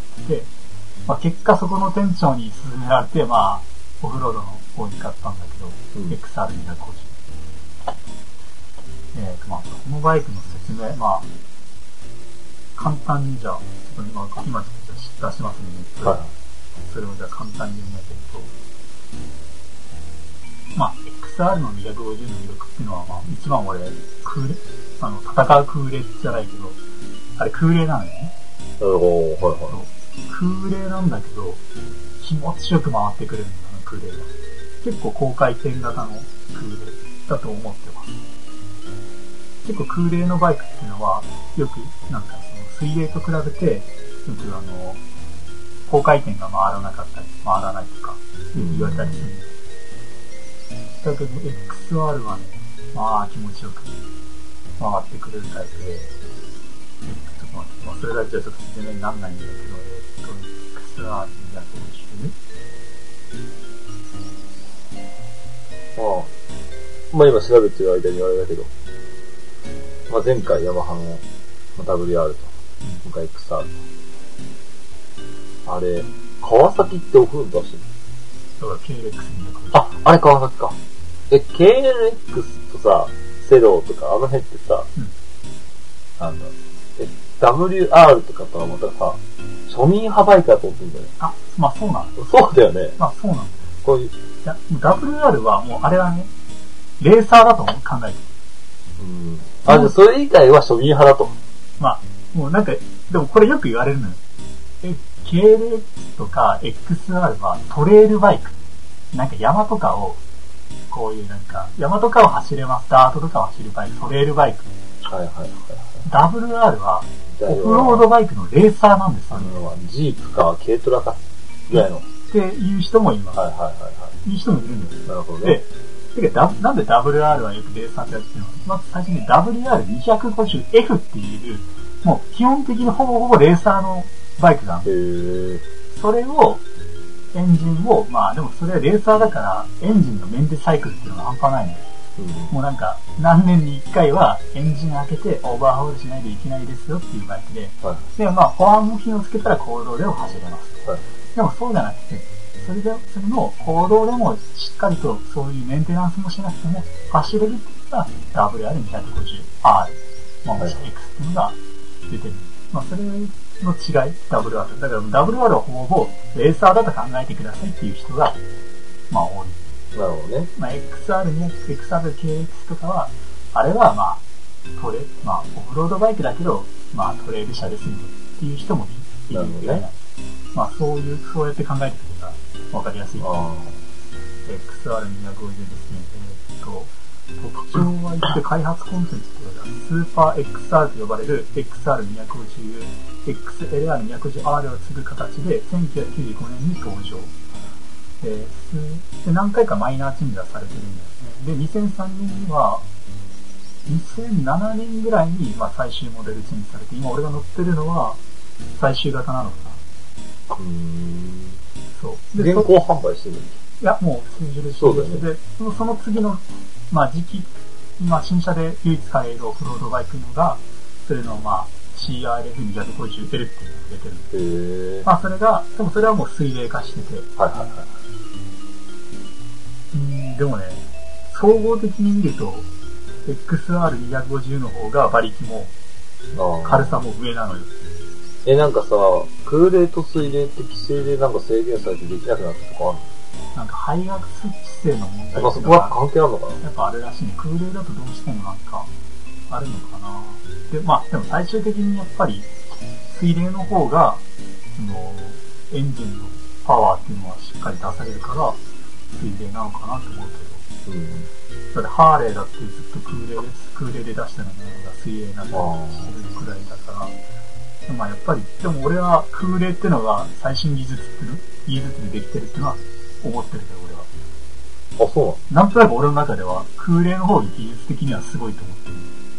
まあ結果そこの店長に勧められて、まあ、オフロードの方に買ったんだけど、うん、エックスアールにひゃくごじゅう。えーと、まあ、このバイクの説明、まあ、簡単にじゃあ、ちょっと今、今ちょっと出しますね、はい、それをじゃあ簡単に読み上げると、まあ、エックスアール のにひゃくごじゅうの魅力っていうのは、まあ、一番俺、空冷、あの、戦う空冷じゃないけど、あれ空冷なのよね。 おー、はいはい。 空冷なんだけど、気持ちよく回ってくれるんだ、空冷が。結構高回転型の空冷だと思ってます。結構空冷のバイクっていうのは、よく、なんかその水冷と比べて、よくあの、高回転が回らなかったり、回らないとか、言われたりするんです。だけど エックスアール はね、まあ気持ちよく回ってくれるタイプで、ちょっと待って、まあそれだけじゃちょっと説明にならないんだけど、えっと、エックスアールにひゃくごじゅう？ ああ。まあ今調べてる間にあれだけど、まあ前回ヤマハの ダブリューアール と、今回 エックスアール と。あれ、川崎ってオフロード出してる？ だから ケーエルエックス にひゃくごじゅう。 あ、あれ川崎か。え、ケーエルエックス とさ、セローとかあの辺ってさ、うん、なんだ、え、ダブリューアール とかとはまたさ、庶民派バイクだと思ってんだよね。 あ、まあそうなんだ。 そうだよね。 まあそうなんだ。 こういう。いや、ダブリューアール はもうあれはね、レーサーだと考えてる。 うん。あ、じゃあそれ以外は庶民派だと。 まあ、もうなんか、でもこれよく言われるのよ。え、ケーエルエックス とか エックスアール はトレイルバイク。なんか山とかを、こういうなんか、山とかを走れます。ダートとかを走るバイク、トレイルバイク。 はいはいはい、はい。 ダブリューアール は、オフロードバイクのレーサーなんですよ、ね。 ジープか軽トラかぐらいの。 っていう人もいます。 はいはいはいはい。 いう人もいるんですよ。 なるほどね。 で、てか、なんで ダブリューアール はよくレーサーってやってるの？まず最初に ダブリューアールにひゃくごじゅうエフ っていう、もう基本的にほぼほぼレーサーのバイクがあるんです。それを、エンジンを、まあでもそれはレーサーだから、エンジンのメンテサイクルっていうのが半端ないんです。うん、もうなんか、何年に一回はエンジン開けてオーバーホールしないといけないですよっていうバイクで、はい、でもまあ、保安部品をつけたら公道でも走れます。はい、でもそうじゃなくて、それで、それの公道でもしっかりとそういうメンテナンスもしなくても走れるっていうのが ダブリューアールにひゃくごじゅうアール、まあもしくは X っていうのが出てる。まあそれの違い、ダブリューアール。だから ダブリューアール はほぼほぼレーサーだと考えてくださいっていう人が、まあ多い。 なるほどね。 まあ エックスアールにひゃく、エックスアールケーエックス とかは、あれはまあ、トレ、まあオフロードバイクだけど、まあトレイル車ですんでっていう人もいるぐらいなんです。まあそういう、そうやって考えてくれたらわかりやすい。エックスアールにひゃくごじゅう ですね。えー、っと、特徴は言って開発コンテンツというのは、スーパー エックスアール と呼ばれる エックスアールにひゃくごじゅう、エックスエルアールにひゃくごじゅうアール を継ぐ形でせんきゅうひゃくきゅうじゅうごねんに登場。えー、で何回かマイナーチェンジがされてるんですね。で、にせんさんねんには、にせんななねんぐらいに、まあ、最終モデルチェンジされて、今俺が乗ってるのは最終型なのかな。うーん。そう。 で、現行販売してるんですか？ いや、もう、通常でそうですね。で、その、その次の、まあ、時期、今、新車で唯一買えるオフロードバイクのが、それの、まあ、シーアールエフにひゃくごじゅうエル っていうのが出てるんです。へー。まあ、それが、でもそれはもう水冷化してて。はいはいはい。うん、でもね、総合的に見ると、エックスアールにひゃくごじゅう の方が馬力も、軽さも上なのよ。 え、なんかさ、空冷と水冷って規制でなんか制限されてできなくなったとかあるの？ なんか排ガス規制の問題っていうのが、 そこは関係あるのかな。 やっぱあるらしいね。空冷だとどうしてもなんか、あるのかな。で、まあ、でも最終的にやっぱり、水冷の方が、その、エンジンのパワーっていうのはしっかり出されるから、水冷なのかなと思うけど。うん。だってハーレーだってずっと空冷です。空冷で出したのが水冷になったりするくらいだから。まあやっぱり、でも俺は空冷ってのが最新技術っていう、技術でできてるっていうのは思ってるけど、俺は。 あ、そうなの？ なんとなく俺の中では空冷の方が技術的にはすごいと思って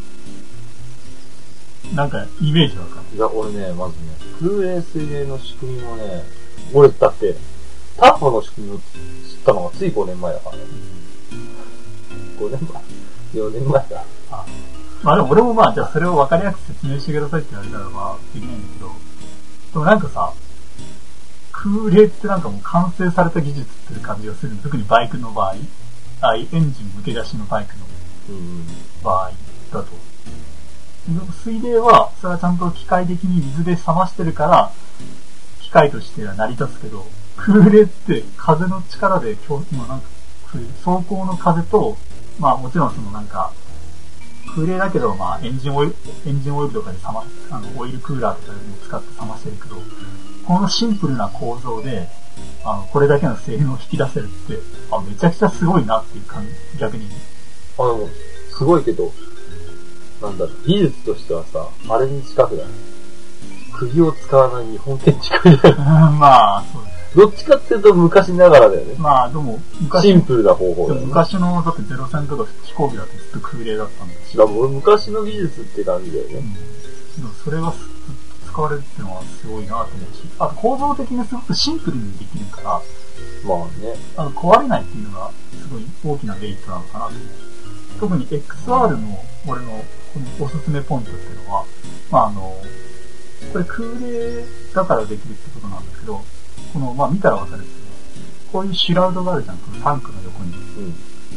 る。なんかイメージわかる？ いや、俺ね、まずね、空冷水冷の仕組みもね、俺だって、ターボの仕組みを知ったのがついごねんまえだからね。ごねんまえ ?よねんまえだ。 あ、まあでも俺もまあ、じゃあそれを分かりやすく説明してくださいって言われたらまあ、できないんだけど、でもなんかさ、空冷ってなんかもう完成された技術っていう感じがするの。特にバイクの場合、ああいうエンジンむけ出しのバイクの場合だと。水冷は、それはちゃんと機械的に水で冷ましてるから、機械としては成り立つけど、空冷って風の力で、今日、今なんか、走行の風と、まあもちろんそのなんか、空冷だけど、まあエンジンオイル、エンジンオイルとかで冷ま、あの、オイルクーラーとかでも使って冷ましてるけど、このシンプルな構造で、あの、これだけの性能を引き出せるって、あ、めちゃくちゃすごいなっていう感じ、逆に。 あの、すごいけど、なんだろう、技術としてはさ、あれに近くない。釘を使わない日本建築みたいな。 まあ、そうです。 どっちかっていうと昔ながらだよね。 まあ、でも、 昔。シンプルな方法だよね。 昔の、だってゼロ戦とか飛行機だってずっと空冷だったんだし。 だから昔の技術って感じだよね。うん、 でもそれが使われるっていうのはすごいなと思うし、あと構造的にすごくシンプルにできるから、 まあね。 あの壊れないっていうのがすごい大きなメリットなのかなと思う。特に エックスアール の俺のこのおすすめポイントっていうのは、まああの、これ空冷だからできるってことなんだけど、この、まあ見たらわかるんですけど、こういうシュラウドがあるじゃん、このタンクの横に。うん、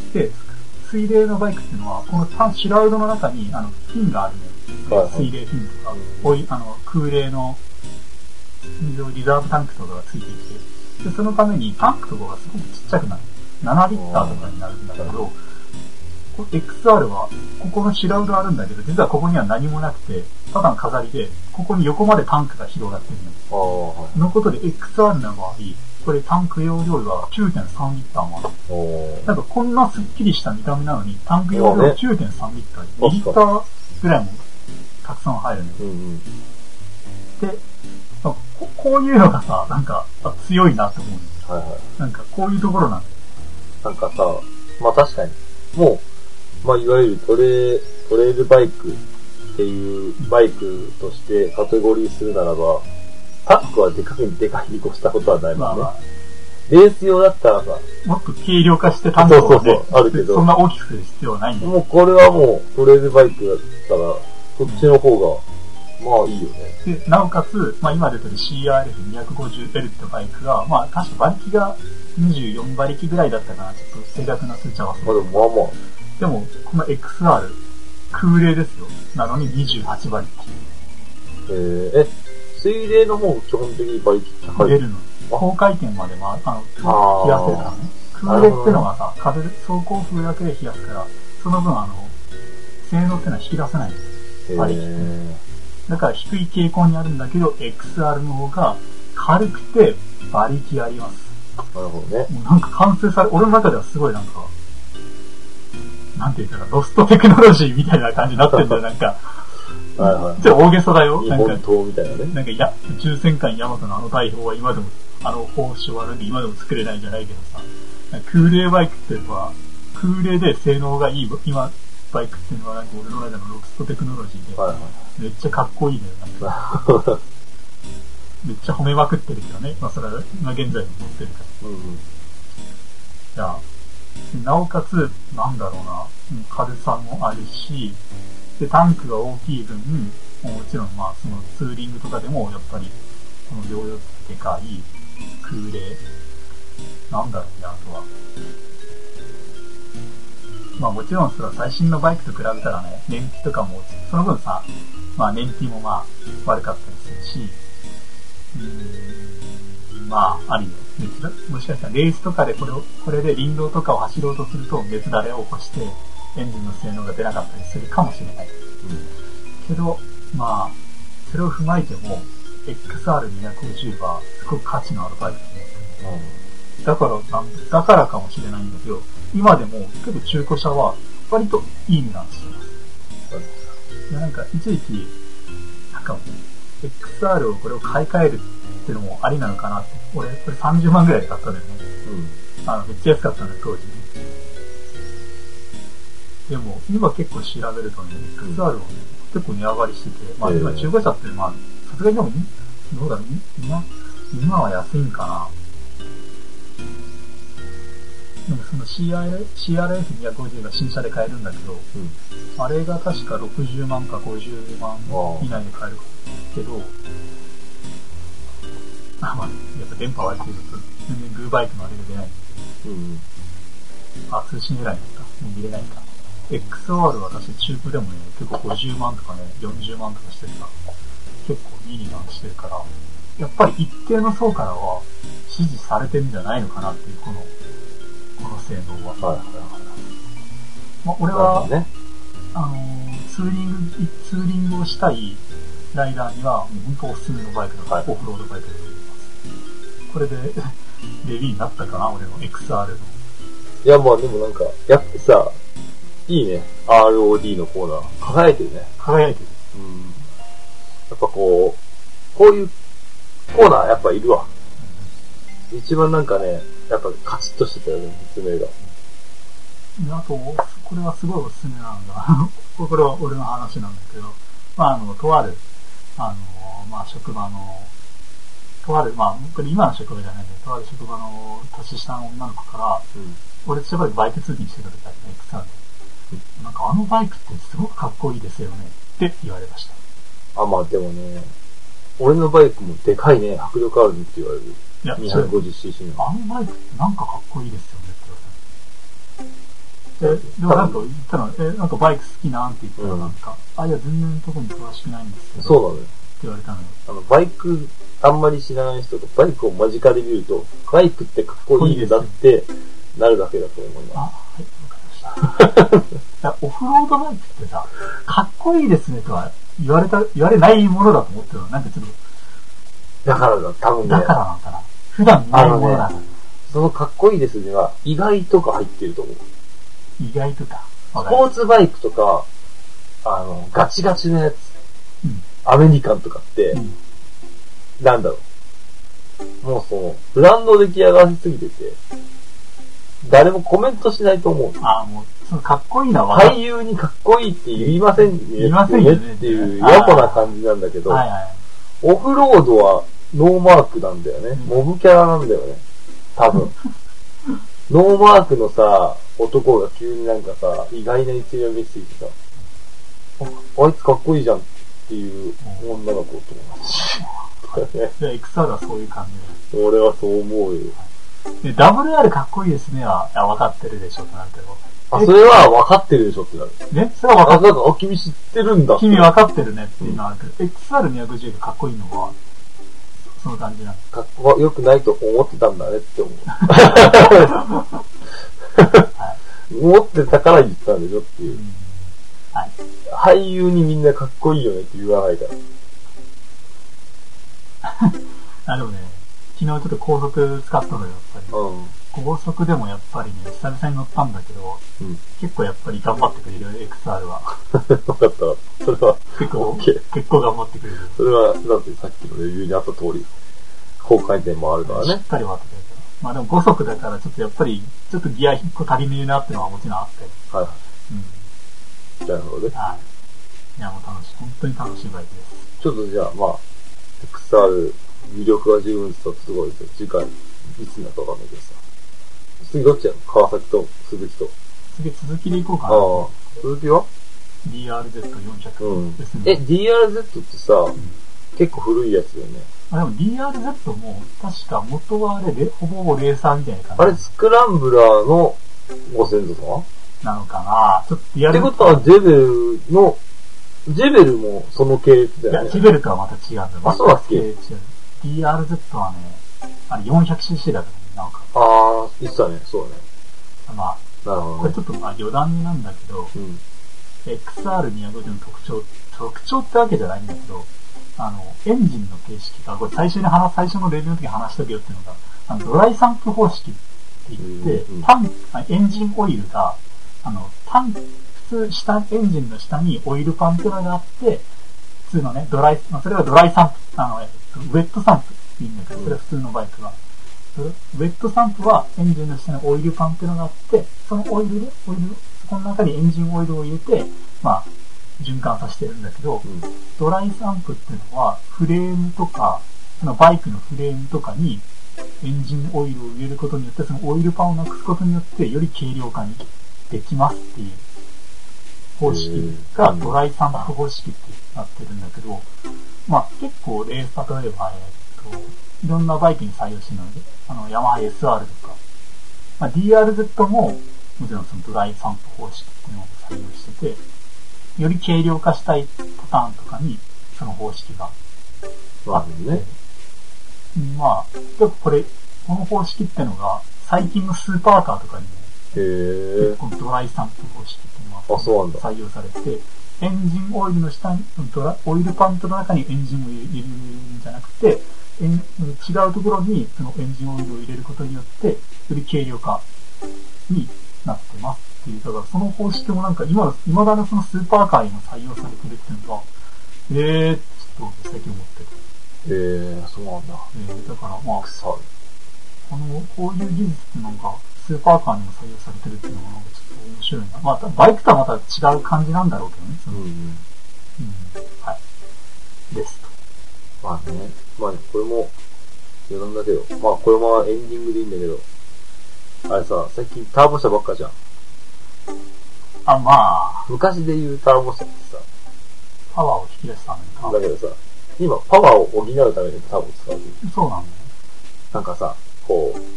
で、水冷のバイクっていうのは、このタンシュラウドの中に、あの、フィンがあるのよ。はいはい、水冷フィンとか、こういう、あの、空冷の、リザーブタンクとかがついていて、で、そのためにタンクとかがすごくちっちゃくなる。ななリッターとかになるんだけど、エックスアール は、ここのシュラウドあるんだけど、実はここには何もなくて、ただの飾りで、ここに横までタンクが広がってるのよ。のことで エックスアール の場合、これタンク容量が きゅうてんさんリッターもある。なんかこんなスッキリした見た目なのに、タンク容量 きゅうてんさんリッター、にリッターぐらいもたくさん入るのよ。うんうん、でこ、こういうのがさ、なんか強いなと思うんですよ。はいはい、なんかこういうところなんだよ。 なんかさ、まあ確かに、もう、まあいわゆるトレ、トレイルバイクっていうバイクとしてカテゴリーするならば、タンクはでかいにでかいに越したことはないもんね。まあまあ、レース用だったらさ、 もっと軽量化してタンクを、ね、 そうそうそうあるけど、 そんな大きくする必要はないんだよ。 もうこれはもうトレイルバイクだったら、こっちの方が、まあいいよね。 で、なおかつ、まあ今出てる シーアールエフにひゃくごじゅうエル ってバイクが、まあ確か馬力がにじゅうよんばりきぐらいだったかな、ちょっと正確な数値は忘れて。 まあでもまあまあ。 でも、この エックスアール、空冷ですよ。なのににじゅうはちばりき。 えー、え、水冷の方基本的に馬力高い。 出るの。高回転まで、まあ、あの、冷やせるからね。空冷ってのはさ、風、走行風だけで冷やすから、その分あの、性能ってのは引き出せないんですよ。馬力って。だから低い傾向にあるんだけど、エックスアール の方が軽くて馬力あります。 なるほどね。 もうなんか完成され、俺の中ではすごいなんか、なんていうかな、ロストテクノロジーみたいな感じになってんだよ、なんか。はいはい。ちょっと大げさだよ。 日本刀みたいなね。 なんか、や、宇宙戦艦ヤマトのあの大砲は今でも、あの砲手はなんで今でも作れないんじゃないけどさ、空冷バイクっていうのは、空冷で性能がいい、今、バイクっていうのはなんか俺の中のロストテクノロジーで、はいはい、めっちゃかっこいいね、なんか。めっちゃ褒めまくってるけどね。まあそれは今現在も持ってるから。うんうん、いや、なおかつ、なんだろうな、軽さもあるし、で、タンクが大きい分、もちろんまあそのツーリングとかでもやっぱり、この容量でかい、空冷、なんだろうね、あとは。まあもちろんそれは最新のバイクと比べたらね、燃費とかも、その分さ、まあ燃費もまあ悪かったりするし、うーん、まああるよ。 熱だ、もしかしたらレースとかでこれを、これで林道とかを走ろうとすると熱だれを起こしてエンジンの性能が出なかったりするかもしれない。うん、けど、まあ、それを踏まえても エックスアールにひゃくごじゅう はすごく価値のあるバイクだね。うん、だから、だからかもしれないんだけど、今でも結構中古車は割といい値段してます。いやなんか一時期、なんかもう、エックスアール をこれを買い替えるっていうのもありなのかなって。俺、これさんじゅうまんぐらいで買ったんだよね。うん。あの、めっちゃ安かったんだよ、当時ね。でも、今結構調べるとね、エックスアール は、ね、結構値上がりしてて、まあ今中古車って、まあ、さすがにでも、どうだろう、今、今は安いんかな。でもその シーアールエフにひゃくごじゅう が新車で買えるんだけど、うん、あれが確かろくじゅうまんかごじゅうまん以内で買えるけど、あ、まあ、やっぱ電波悪いと全然グーバイクのあれが出ない。うん、あ、通信ぐらいだった。もう見れないか。エックスアール は確か中古でもね、結構ごじゅうまんとかね、よんじゅうまんとかしてるから、結構いい値段してるから、やっぱり一定の層からは支持されてるんじゃないのかなっていう、この、この性能は。はいはいはい。まあ、俺は、ね、あのー、ツーリング、ツーリングをしたいライダーには、もう本当おすすめのバイクだから、はい、オフロードバイクでございます。これで、レビーになったかな、俺の エックスアール の。 いや、まあでもなんか、やっぱさ、いいね。アールオーディー のコーナー。輝いてるね。 輝いてる。 うん。やっぱこう、こういうコーナーやっぱいるわ。うん、一番なんかね、やっぱカチッとしてたよね、説明が。 あと、これはすごいおすすめなんだ。これは俺の話なんだけど、まああの、とある、あの、まあ職場の、とある、まあ、これ今の職場じゃないんだけど、とある職場の年下の女の子から、うん、俺やっぱりバイク通勤してた時あるね、エックスアールで、うん。なんかあのバイクってすごくかっこいいですよね、って言われました。 あ、まあでもね、俺のバイクもでかいね、迫力あるねって言われる。いや、にひゃくごじゅうシーシー の。 あのバイクってなんかかっこいいですよねって言われた。え、でもなんか言ったの、え、なんかバイク好きなんて言ったらなんか、うん、あ、いや全然特に詳しくないんですけど。 そうなのよ。って言われたのよ。 あの、バイク、あんまり知らない人とバイクを間近で見ると、バイクってかっこいいんだってなるだけだと思います。あ、はい、わかりました。 オフロードバイクってさ、かっこいいですねとは言われた、言われないものだと思ってるの。なんかちょっと。 だからだ、多分ね。 だからなんかな。普段見ないものだ、ね、 そのかっこいいですには、意外とか入ってると思う。 意外とか。 スポーツバイクとか、あの、ガチガチのやつ、うん、アメリカンとかって、うん、なんだろう。もうその、ブランド出来上がりすぎてて、誰もコメントしないと思う。 ああ、もう、そのかっこいいのは俳優にかっこいいって言いませんね。 言いませんよね。 っていう、やぼな感じなんだけど、はいはい、オフロードはノーマークなんだよね。うん、モブキャラなんだよね。多分。ノーマークのさ、男が急になんかさ、意外な一面を見せてきてさ、あいつかっこいいじゃんっていう女の子と思うし。 じゃあ、エックスアール はそういう感じだ。俺はそう思うよ。 で、ダブルアール かっこいいですねは、分かってるでしょってなるけど。 あ、それは分かってるでしょってなる。 ね、それは分かってる。 あ、君知ってるんだ。 君分かってるねっていうのはあるけど、うん、エックスアールにひゃくごじゅう がかっこいいのは、その感じなの。 かっこよくないと思ってたんだねって思う。はい、思ってたから言ったんでしょっていう。うん、はい。俳優にみんなかっこいいよねって言わないから。 あ、でもね、昨日ちょっと高速使ったのよ、やっぱり。うん、高速でもやっぱりね、久々に乗ったんだけど、うん、結構やっぱり頑張ってくれる、エックスアール は。 分かった。それは、 結構、結構頑張ってくれる。 それは、だってさっきのレビューにあった通り、高回転もあるからね。しっかり回ってくれる。まあでもご速だからちょっとやっぱり、ちょっとギアいっこ足りねえなっていうのはもちろんあって。はいはい。 うん。なるほどね。 はい。いやもう楽しい。本当に楽しいバイクです。 ちょっとじゃあ、まあ、エックスアール、魅力が十分とすごいですよ。次回、いつになるかわかんないけどさ。次どっちやの？川崎と鈴木と。 次続きで行こうかな。 ああ。鈴木はディーアールゼットよんひゃく ですね。 うん、え、ディーアールゼット ってさ、うん、結構古いやつよね。 あ、でも ディーアールゼット も確か元はあれで、ほぼほぼレーサーみたいな感じ。 あれ、スクランブラーのご先祖様なのかなちょっと ディーアールゼット。 ってことは、ジェベルの、ジェベルもその系列だよね。 いや、ジェベルとはまた違うんだよ。 あ、そうだっけ？ ディーアールゼット はね、 あれ よんひゃくシーシー だからね、なんか。 ああ、言ってたね、そうだね。 まあ、 なるほど、ね。 これちょっとまあ余談になんだけど、 うん、 エックスアールにひゃくごじゅう の特徴、特徴ってわけじゃないんだけど、あの、エンジンの形式が、これ最初に話、最初のレビューの時に話したけどっていうのが、あの、ドライサンプ方式って言って、うんうん、タンエンジンオイルが、あの、タン普通、下、エンジンの下にオイルパンっていうのがあって、普通のね、ドライ、まあ、それはドライサンプ、あの、えっと、ウェットサンプって言うんだけど、それは普通のバイクは。ウェットサンプはエンジンの下にオイルパンっていうのがあって、そのオイルで、オイル、そこの中にエンジンオイルを入れて、まあ、循環させてるんだけど、うん、ドライサンプっていうのは、フレームとか、そのバイクのフレームとかにエンジンオイルを入れることによって、そのオイルパンをなくすことによって、より軽量化にできますっていう方式がドライサンプ方式ってなってるんだけど、まあ結構レース、例えば、えっと、いろんなバイクに採用してるので、あの、ヤマハ エスアール とか、まあ ディーアールゼット も、もちろんそのドライサンプ方式っていうのを採用してて、より軽量化したいパターンとかに、その方式があって、ね、まあ、結構これ、この方式ってのが、最近のスーパーカーとかにも、 へこのドライサンプ方式っていうのが採用されて、エンジンオイルの下に、ドラオイルパントの中にエンジンを入れるんじゃなくて、違うところにそのエンジンオイルを入れることによって、より軽量化になってますっていう、だからその方式もなんか今の、今だのそのスーパーカーにも採用されてるっていうのが、えーってちょっと最近思ってる。 えー、そうなんだ。 えー、だからまあ、この、こういう技術ってなんか、スーパーカーにも採用されてるっていうのがなんかちょっと面白いな。まあ、バイクとはまた違う感じなんだろうけどね。そのうん、うん。うん。はい。ですと。 まあね。まあね、これも、余談だけど、まあこれもエンディングでいいんだけど、あれさ、最近ターボ車ばっかじゃん。 あ、まあ。 昔で言うターボ車ってさ、 パワーを引き出すためにか。 だけどさ、今パワーを補うためにターボ使う。 そうなんだね。 なんかさ、こう、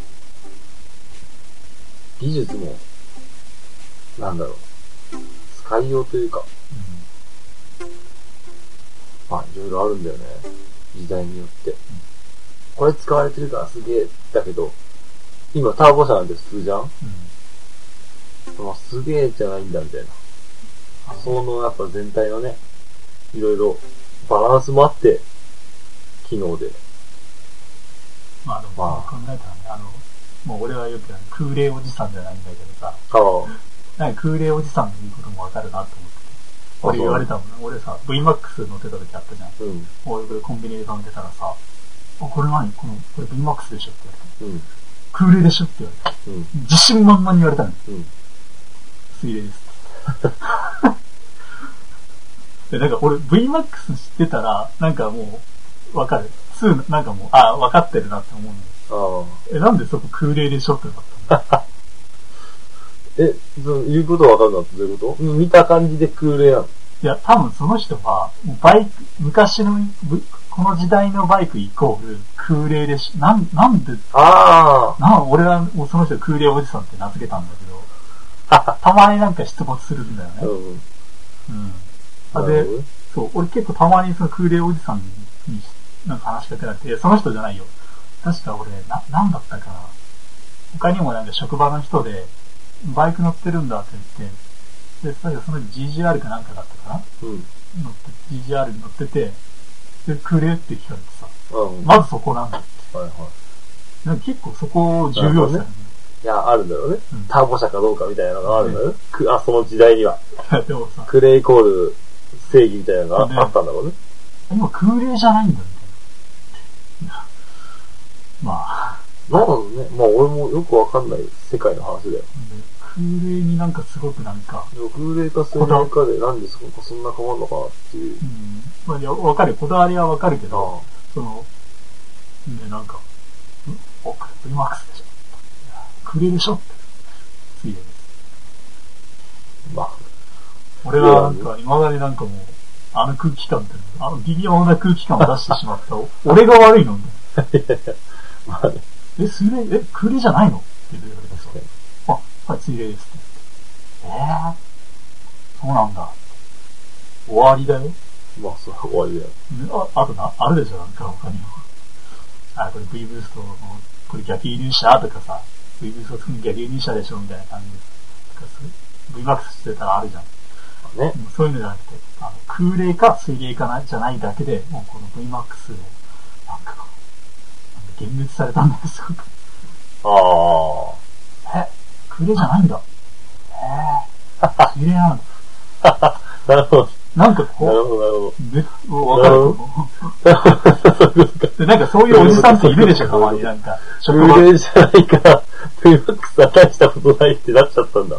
技術も、なんだろう、使いようというか、うん、まあいろいろあるんだよね。時代によって。うん、これ使われてるからすげえ、だけど、今ターボ車なんて普通じゃん、うん、まあすげえじゃないんだみたいな。そのやっぱ全体のね、いろいろバランスもあって、機能で。 まあでも、まあ、考えたらね、あの、もう俺はよく空冷おじさんじゃないんだけどさ、あなんか空冷おじさんの言うこともわかるなと思ってて。俺言われたもんね。俺さ、ブイマックス 乗ってた時あったじゃん。うん、俺これコンビニで頼んでたらさ、あ、これ何この、これ ブイマックス でしょって言われた。うん、空冷でしょって言われた。うん、自信満々に言われたの。うん、水冷です。で、なんか俺 ブイマックス 知ってたら、なんかもう、わかる。になんかもう、あ、わかってるなって思うんだよ。え、なんでそこ空冷でしょってなったのえ、その言うことわかるなってどういうこと？見た感じで空冷なの？ いや、多分その人は、バイク、昔の、この時代のバイクイコール空冷でし、なん、なんで、ああ。な、俺はもうその人空冷おじさんって名付けたんだけど、たまになんか出没するんだよね。うん。うん。で、そう、俺結構たまにその空冷おじさんになんか話しかけられて、その人じゃないよ。確か俺、な、なんだったかな。他にもなんか職場の人で、バイク乗ってるんだって言って、で、最初その ジージーアール かなんかだったかな、うん、乗って、ジージーアール に乗ってて、で、くれって聞かれてさ、うん、まずそこなんだって。はいはい。なんか結構そこを重要視される、ね。 いや、あるんだろうね、うん。ターボ車かどうかみたいなのがあるんだよね。うん、あ、その時代には。でもさ、クレイコール正義みたいなのがあったんだろうね。 今空冷じゃないんだよ、みたいな。まあ。 なんだろうね。まあ俺もよくわかんない世界の話だよ。 空冷になんかすごくなんか。 空冷か水冷かでなんでそこそんな変わるのかなっていう。うん。 まあいや、わかる。こだわりはわかるけど、その、ね、なんか、んお、これ ブイマックス でしょ。空冷でしょって。水冷です。まあ。俺はなんか、今までなんかもう、あの空気感って、あの微妙な空気感を出してしまった。俺が悪いのみたいな。まあね。え、水冷、え、空冷じゃないのって言われてさ。あ、はい、水冷ですって。えー、そうなんだ。終わりだよ。 まあ、そう、終わりだよ。 あ、あとな、あるでしょ、なんか他にも。 あ、これ V ブーストの、これ逆輸入車とかさ、V ブースト特に逆輸入車でしょみたいな感じで。V マックスしてたらあるじゃん。 ね。 そういうのじゃなくて、あの空冷か水冷かなじゃないだけで、もうこの V マックスを、なんか、幻滅されたんですよ。 ああ。え、空冷じゃないんだ。へぇ、水冷なんだ。 なるほど。 なんかこう、 なるほど、なるほど。わかると思う。で、なんかそういうおじさんっているでしょ、たまになんか。 空冷じゃないから、V マックスは大したことないってなっちゃったんだ。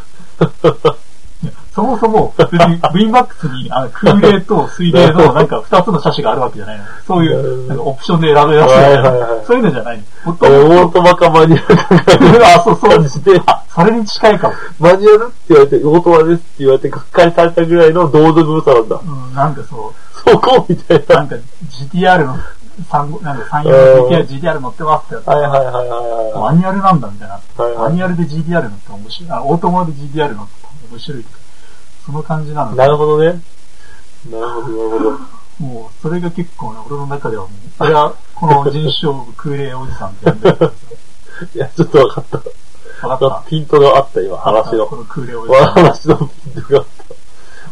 そもそも、別に V マックスにあの空冷と水冷のなんか二つの車種があるわけじゃないの。そういうなんかオプションで選べられる。そういうのじゃないの。 オートマかマニュアルか。 あ、そうそう。あ、それに近いかも。 マニュアルって言われて、オートマですって言われて、がっかりされたぐらいの同族の差なんだ。 うん、なんかそう。 そこみたいな。 なんか ジーティーアール のさん、なんかさんよんの ジーティーアール 乗ってますってやつ。 はいはいはいはい。 マニュアルなんだみたいな。 はいはい、 マニュアルで ジーティーアール 乗って面白い。あ、オートマで ジーティーアール 乗って面白い。その感じなの。 なるほどね。なるほど、なるほど。 もう、それが結構ね、俺の中ではもう、それは、この人種を空冷おじさんって呼んでるんですよ。 いや、ちょっと分かった。分かった。ピントがあった、今、話の。 この空冷おじさん。 話のピントがあった。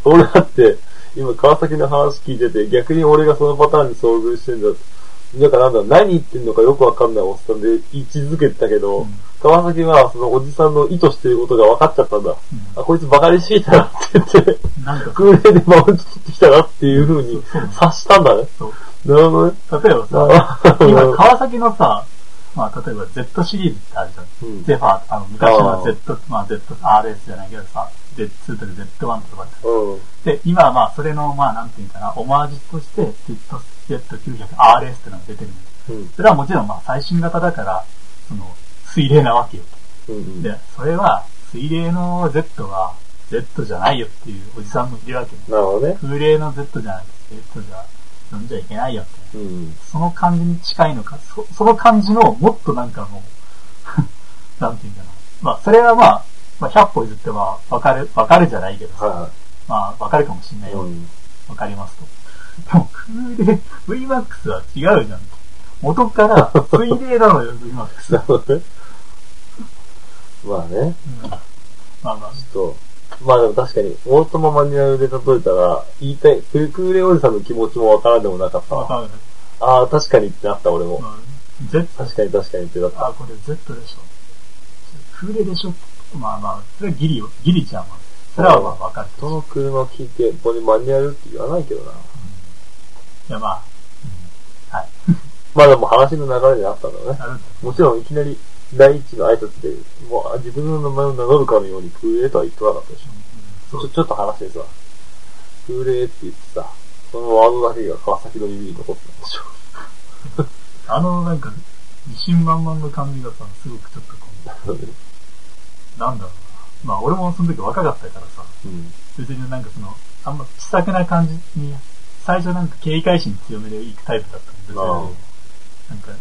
俺だって、今、川崎の話聞いてて、逆に俺がそのパターンに遭遇してんだ。なんかなんだろう、何言ってんのかよくわかんないおっさんで位置づけてたけど、うん、川崎はそのおじさんの意図していることが分かっちゃったんだ。うん、あ、こいつバカにしてきたなって言って、空冷でマウント取ってきたなっていう風に察したんだね。なるほどね。 例えばさ、今川崎のさ、まあ例えば Z シリーズってあるじゃん。うん、ゼファー、あの昔の Z、まあ Z、アールエス じゃないけどさ、ゼットツー とか ゼットワン とかって、うん、で、今はまあそれのまあなんていうかな、オマージュとして ゼットきゅうひゃくアールエス ってのが出てるんです。うん、それはもちろんまあ最新型だから、その、水冷なわけよ。うんうん、で、それは、水冷の Z は Z じゃないよっていうおじさんもいるわけ、ね。 なるほどね。 空冷の Z じゃなくて Z じゃ呼んじゃいけないよって、うん。その感じに近いのか、そ, その感じのもっとなんかもう、なんていうかな。まあ、それはまあ、まあ、ひゃっぽ譲ってはわかる、わかるじゃないけどさ、はいはい、まあ、わかるかもしんないよ。わ、うん、かりますと。でも、空冷、V マックスは違うじゃん。元から水冷なのよ、V マックス。 なるほどね。まあね。うん、 まあまあ。 ちょっと、まあでも確かに、オートママニュアルで例えたら、言いたい、空冷おじさんの気持ちもわからんでもなかったわ。 わかる。 ああ、確かにってなった、俺も。 まあ、Z? 確かに確かにってなった。 あ、これ Z でしょ。空冷でしょ。まあまあ、それはギリ、ギリちゃんは。それはまあわかる。 人の車聞いて、ここにマニュアルって言わないけどな。うん、いやまあ、うん、はい。 まあでも話の流れであったんだね。もちろんいきなり第一の挨拶で、もう自分の名前を名乗るかのように空冷とは言ってなかったでしょ。うん、ちょ、ちょっと話してさ、空冷って言ってさ、そのワードだけが川崎の耳に残ってたんでしょ。 あのなんか、自信満々の感じがさ、すごくちょっとこう、なんだろうな。まあ俺もその時若かったからさ、うん、別になんかその、あんま気さくな感じに、最初なんか警戒心強めで行くタイプだったんですよ。なんか、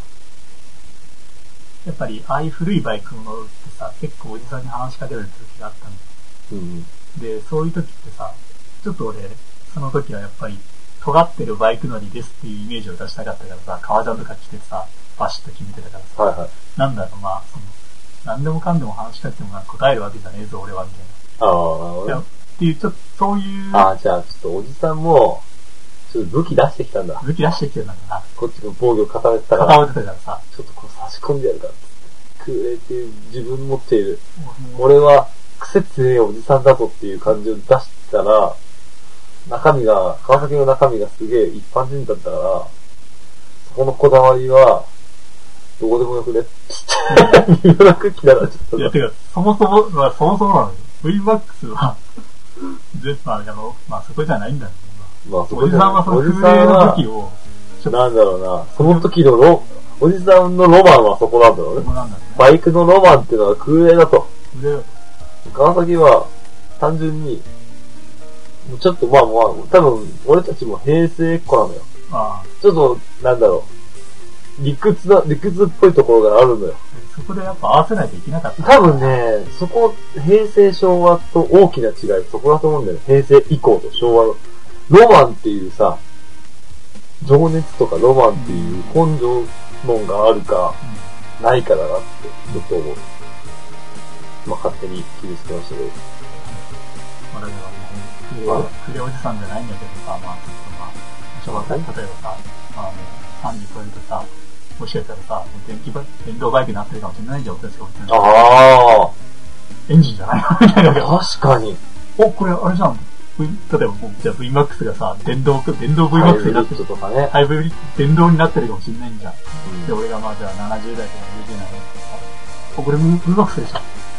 やっぱりああいう古いバイクを乗るってさ、結構おじさんに話しかけられる時があったんだよ、うん、で、そういう時ってさ、ちょっと俺、その時はやっぱり、尖ってるバイク乗りですっていうイメージを出したかったからさ、革ジャンとか着てさ、バシッと決めてたからさ、はいはい、なんだろうな、その、何でもかんでも話しかけても答えるわけじゃねえぞ、俺は、みたいな。 ああ、なるほど。 っていう、ちょっと、そういう。 ああ、じゃあ、ちょっとおじさんも、ちょっと武器出してきたんだ。 武器出してきてるんだから。 こっちの防御固めてたから。 固めてたからさ。 ちょっとこう差し込んでやるから。空冷っていう自分持っている。俺は癖強いおじさんだぞっていう感じを出したら、中身が、川崎の中身がすげえ一般人だったから、そこのこだわりは、どこでもよくねって言わなく気ならちょっと。 いや、てか、そもそも、まあそもそもなのよ。V マックスは、で、まあ、あの、まあそこじゃないんだよ。 まあ、そおじさんはその空冷の時を、 なんだろうな、その時のロ、おじさんのロマンはそこなんだろうね。 そこなんだね。 バイクのロマンっていうのは空冷だと。 空冷だと。川崎は、単純に、ちょっとまあまあ、多分、俺たちも平成っ子なのよ。ああ。ちょっと、なんだろう、理屈な、理屈っぽいところがあるのよ。 そこでやっぱ合わせないといけなかった。 多分ね、そこ、平成昭和と大きな違い、そこだと思うんだよね。平成以降と昭和の。ロマンっていうさ、 情熱とかロマンっていう根性論があるか、うん、ないかだなってちょっと思う。まあ勝手に傷つけましたけど。 まあだからもう、クレおじさんじゃないんだけどさ、まあちょっとまあ、小学校例えばさ、まあもうさんじ超えるとさ、もしかしたらさ、電気バイク、電動バイクになってるかもしれないじゃん、私が言ってる。 ああ。 エンジンじゃないのみたいな。 確かに。 お、これあれじゃん。V、例えば、じゃあ ブイマックス がさ、電動、電動 ブイマックス になってる。 とかね。 ハイブリッド、電動になってるかもしれないんじゃん。うん、で、俺がまあじゃあななじゅう代とかきゅうじゅう代とかさ、これ ブイマックス でしょ。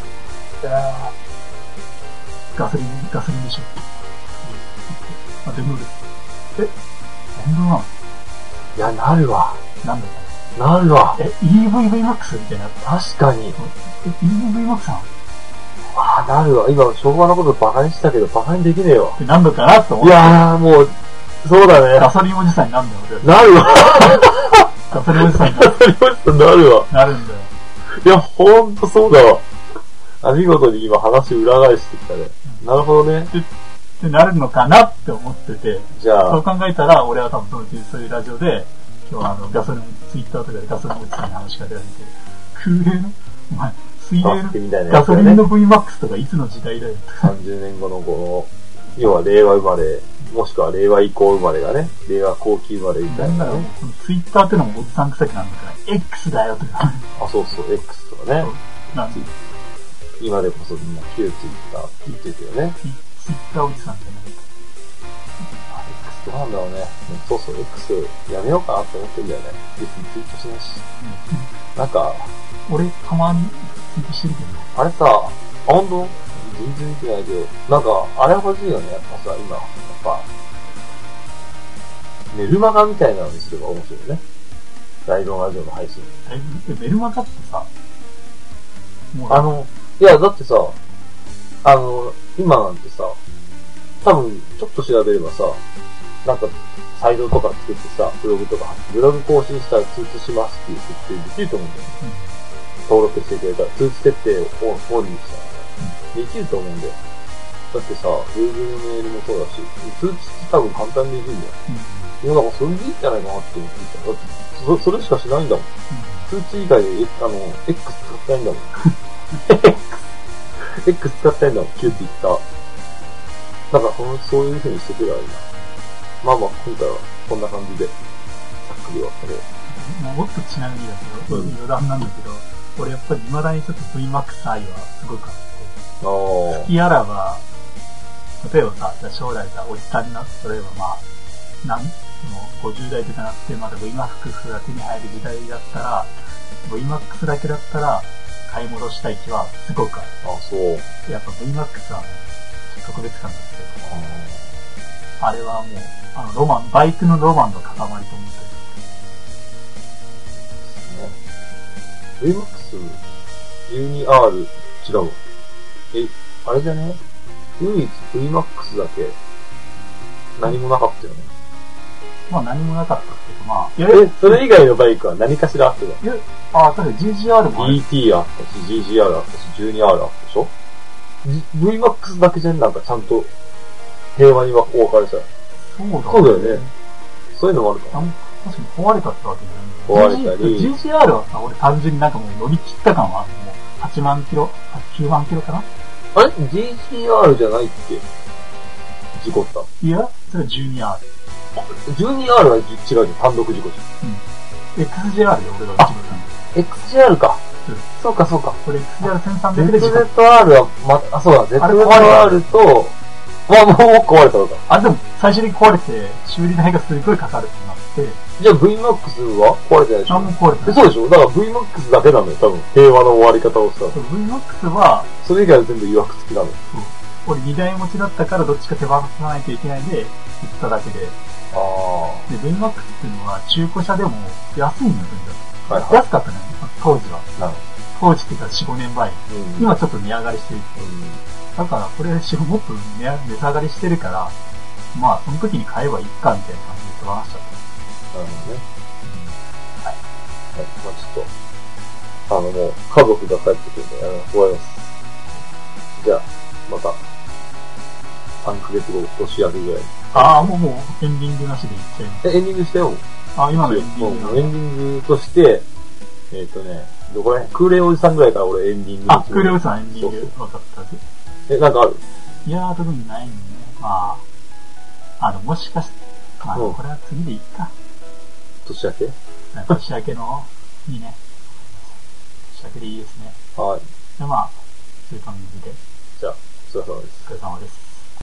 ガソリン、ガソリンでしょ。あ、電動です。え、電動なの？ いや、なるわ。 なんだなるわ。 え、イーブイブイマックス みたいな。 確かに。 え、イーブイブイマックス なの？ ああ、なるわ。今、昭和のことバカにしたけど、バカにできねえよ。 ってなんのかなと思って。 いやー、もう、そうだね。 ガソリンおじさんになるんだよ。 なるわ。 ガソリンおじさんになる。 ガソリンおじさんになるわ。 なるんだよ。 いや、ほんとそうだわ。あ、見事に今話裏返してきたね。うん、なるほどね。 って、なるのかなって思ってて。 じゃあ。 そう考えたら、俺は多分そのうちそういうラジオで、今日はあの、ガソリン、ツイッターとかでガソリンおじさんに話しかけられて、空冷のお前、水冷のガソリンの ブイマックス とかいつの時代だよ。 さんじゅうねんごのこの、要は令和生まれ、もしくは令和以降生まれがね、令和後期生まれみたいな、ね。 なんだろう、このツイッターってのもおじさん臭くなんだから、X だよとか。 あ、そうそう、X とかね。 なんで今でこそみんな旧ツイッターって言ってるけどね。 ツイッターおじさんじゃないか。 X どうなんだろうね。そうそう、X やめようかなって思ってるんだよね。別にツイートしないし。うん、なんか、 俺、たまにツイートしてるけど。 あれさ、あ、ほんと全然見てないけど、なんか、あれ欲しいよね。やっぱさ、今、やっぱ、メルマガみたいなのにすれば面白いよね。ライドラジオの配信。 え、メルマガってさ、 もうあの、いや、だってさ、あの、今なんてさ、多分、ちょっと調べればさ、なんか、サイトとか作ってさ、ブログとか、ブログ更新したら通知しますっていう設定できると思うんだよね。うん、登録してくれたら、通知設定をオンにしたら、うん、できると思うんだよ。だってさ、Google のメールもそうだし、通知って多分簡単にできるんだよ。うん、いや、なんかそれでいいんじゃないかなって思ってた。だってそ、それしかしないんだもん。うん、通知以外で、あの、X 使ってないんだもん。X 使ってないんだもん、キューって言った。なんかこの、そういう風にしてくればいいな。まあまあ、今回はこんな感じで、さっくり終わったけど。 もっとちなみにだけど、うん、余談なんだけど、俺やっぱり未だにちょっと ブイマックス 愛はすごくあって。あ好きあらば、例えばさ、じゃあ将来さ、おじさんになって、例えばまあ、なん、もうごじゅう代とかなって、まだ ブイマックス が手に入る時代だったら、ブイマックス だけだったら、買い戻したい気はすごくある。 あ、そう。 やっぱ ブイマックス はね、特別感があって、あれはもう、あの、ロマン、バイクのロマンの塊と思ってる。 ブイマックスじゅうにアール 違うわ。え、あれじゃね唯一 ブイマックス だけ何もなかったよね。 まあ何もなかったっていうか、まあ。 え、それ以外のバイクは何かしらあってたよ。ああ、確かに ジージーアール もある。 ディーティー あったし、ジージーアール あったし、じゅうにアール あったでしょ ?ブイマックス だけじゃなんかちゃんと平和にお別れしたよ。 そうだね。 そうだよね。そういうのもあるかな。 確かに壊れたってわけじゃないんだよ。 壊れたり。 ジージーアール はさ、俺単純になんかもう乗り切った感はあって、もうはちまんキロ ?きゅうまんキロかなあれ ?ジージーアール じゃないっけ事故った。 いや、それは じゅうにアール。 じゅうにアール は違うじゃん。単独事故じゃん。 うん。エックスジェーアール で俺が事故ったんだよ。 エックスジェーアール か。うん。そうかそうか。 これ エックスジェーアールせんさんびゃく で事故った。 ゼットゼットアール は、ま、あ、そうだ、ゼットゼットアール と、まあ、もう壊れたのか。 あれでも、最初に壊れて、修理代がすごいかかるってなって。 じゃあ ブイマックス は壊れてないでしょ？ あ、もう壊れてない。 そうでしょ？だから ブイマックス だけなのよ、多分。平和の終わり方をさ。 ブイマックス は、 それ以外は全部曰く付きなのよ。 俺にだい持ちだったからどっちか手放さないといけないで、売っただけで。 ああ。 で、ブイマックス っていうのは中古車でも安いんだよ、とにかく。はいはい、安かったね、当時は。なるほど。当時っていうかよん、ごねんまえ。うん、今ちょっと値上がりしてる。うん、だからこれ、もっと値下がりしてるから、まあ、その時に買えばいいか、みたいな感じで手放しちゃった。 なるほどね。うん、はい。はい。まあちょっと、あのもう、家族が帰ってくるんで、あの、終わります。じゃあ、また、さんかげつご、年明けぐらいに。 ああ、もうもうエンディングなしでいっちゃいます。 え、エンディングしてよ。 あ、今のエンディング。 エンディングとして、えっ、ー、とね、どこら辺クーレイおじさんぐらいから俺エンディング。 あ、クーレイおじさんエンディング分かったぜ。 え、なんかある？ いやー、特にないんでね。まあ、あの、もしかして、まあ、うん、これは次でいいか。 年明け？ 年明けの、いいね。年明けでいいですね。 はい。 で、まあ、そういう感じで。 じゃあ、お疲れ様です。 お疲れ様です。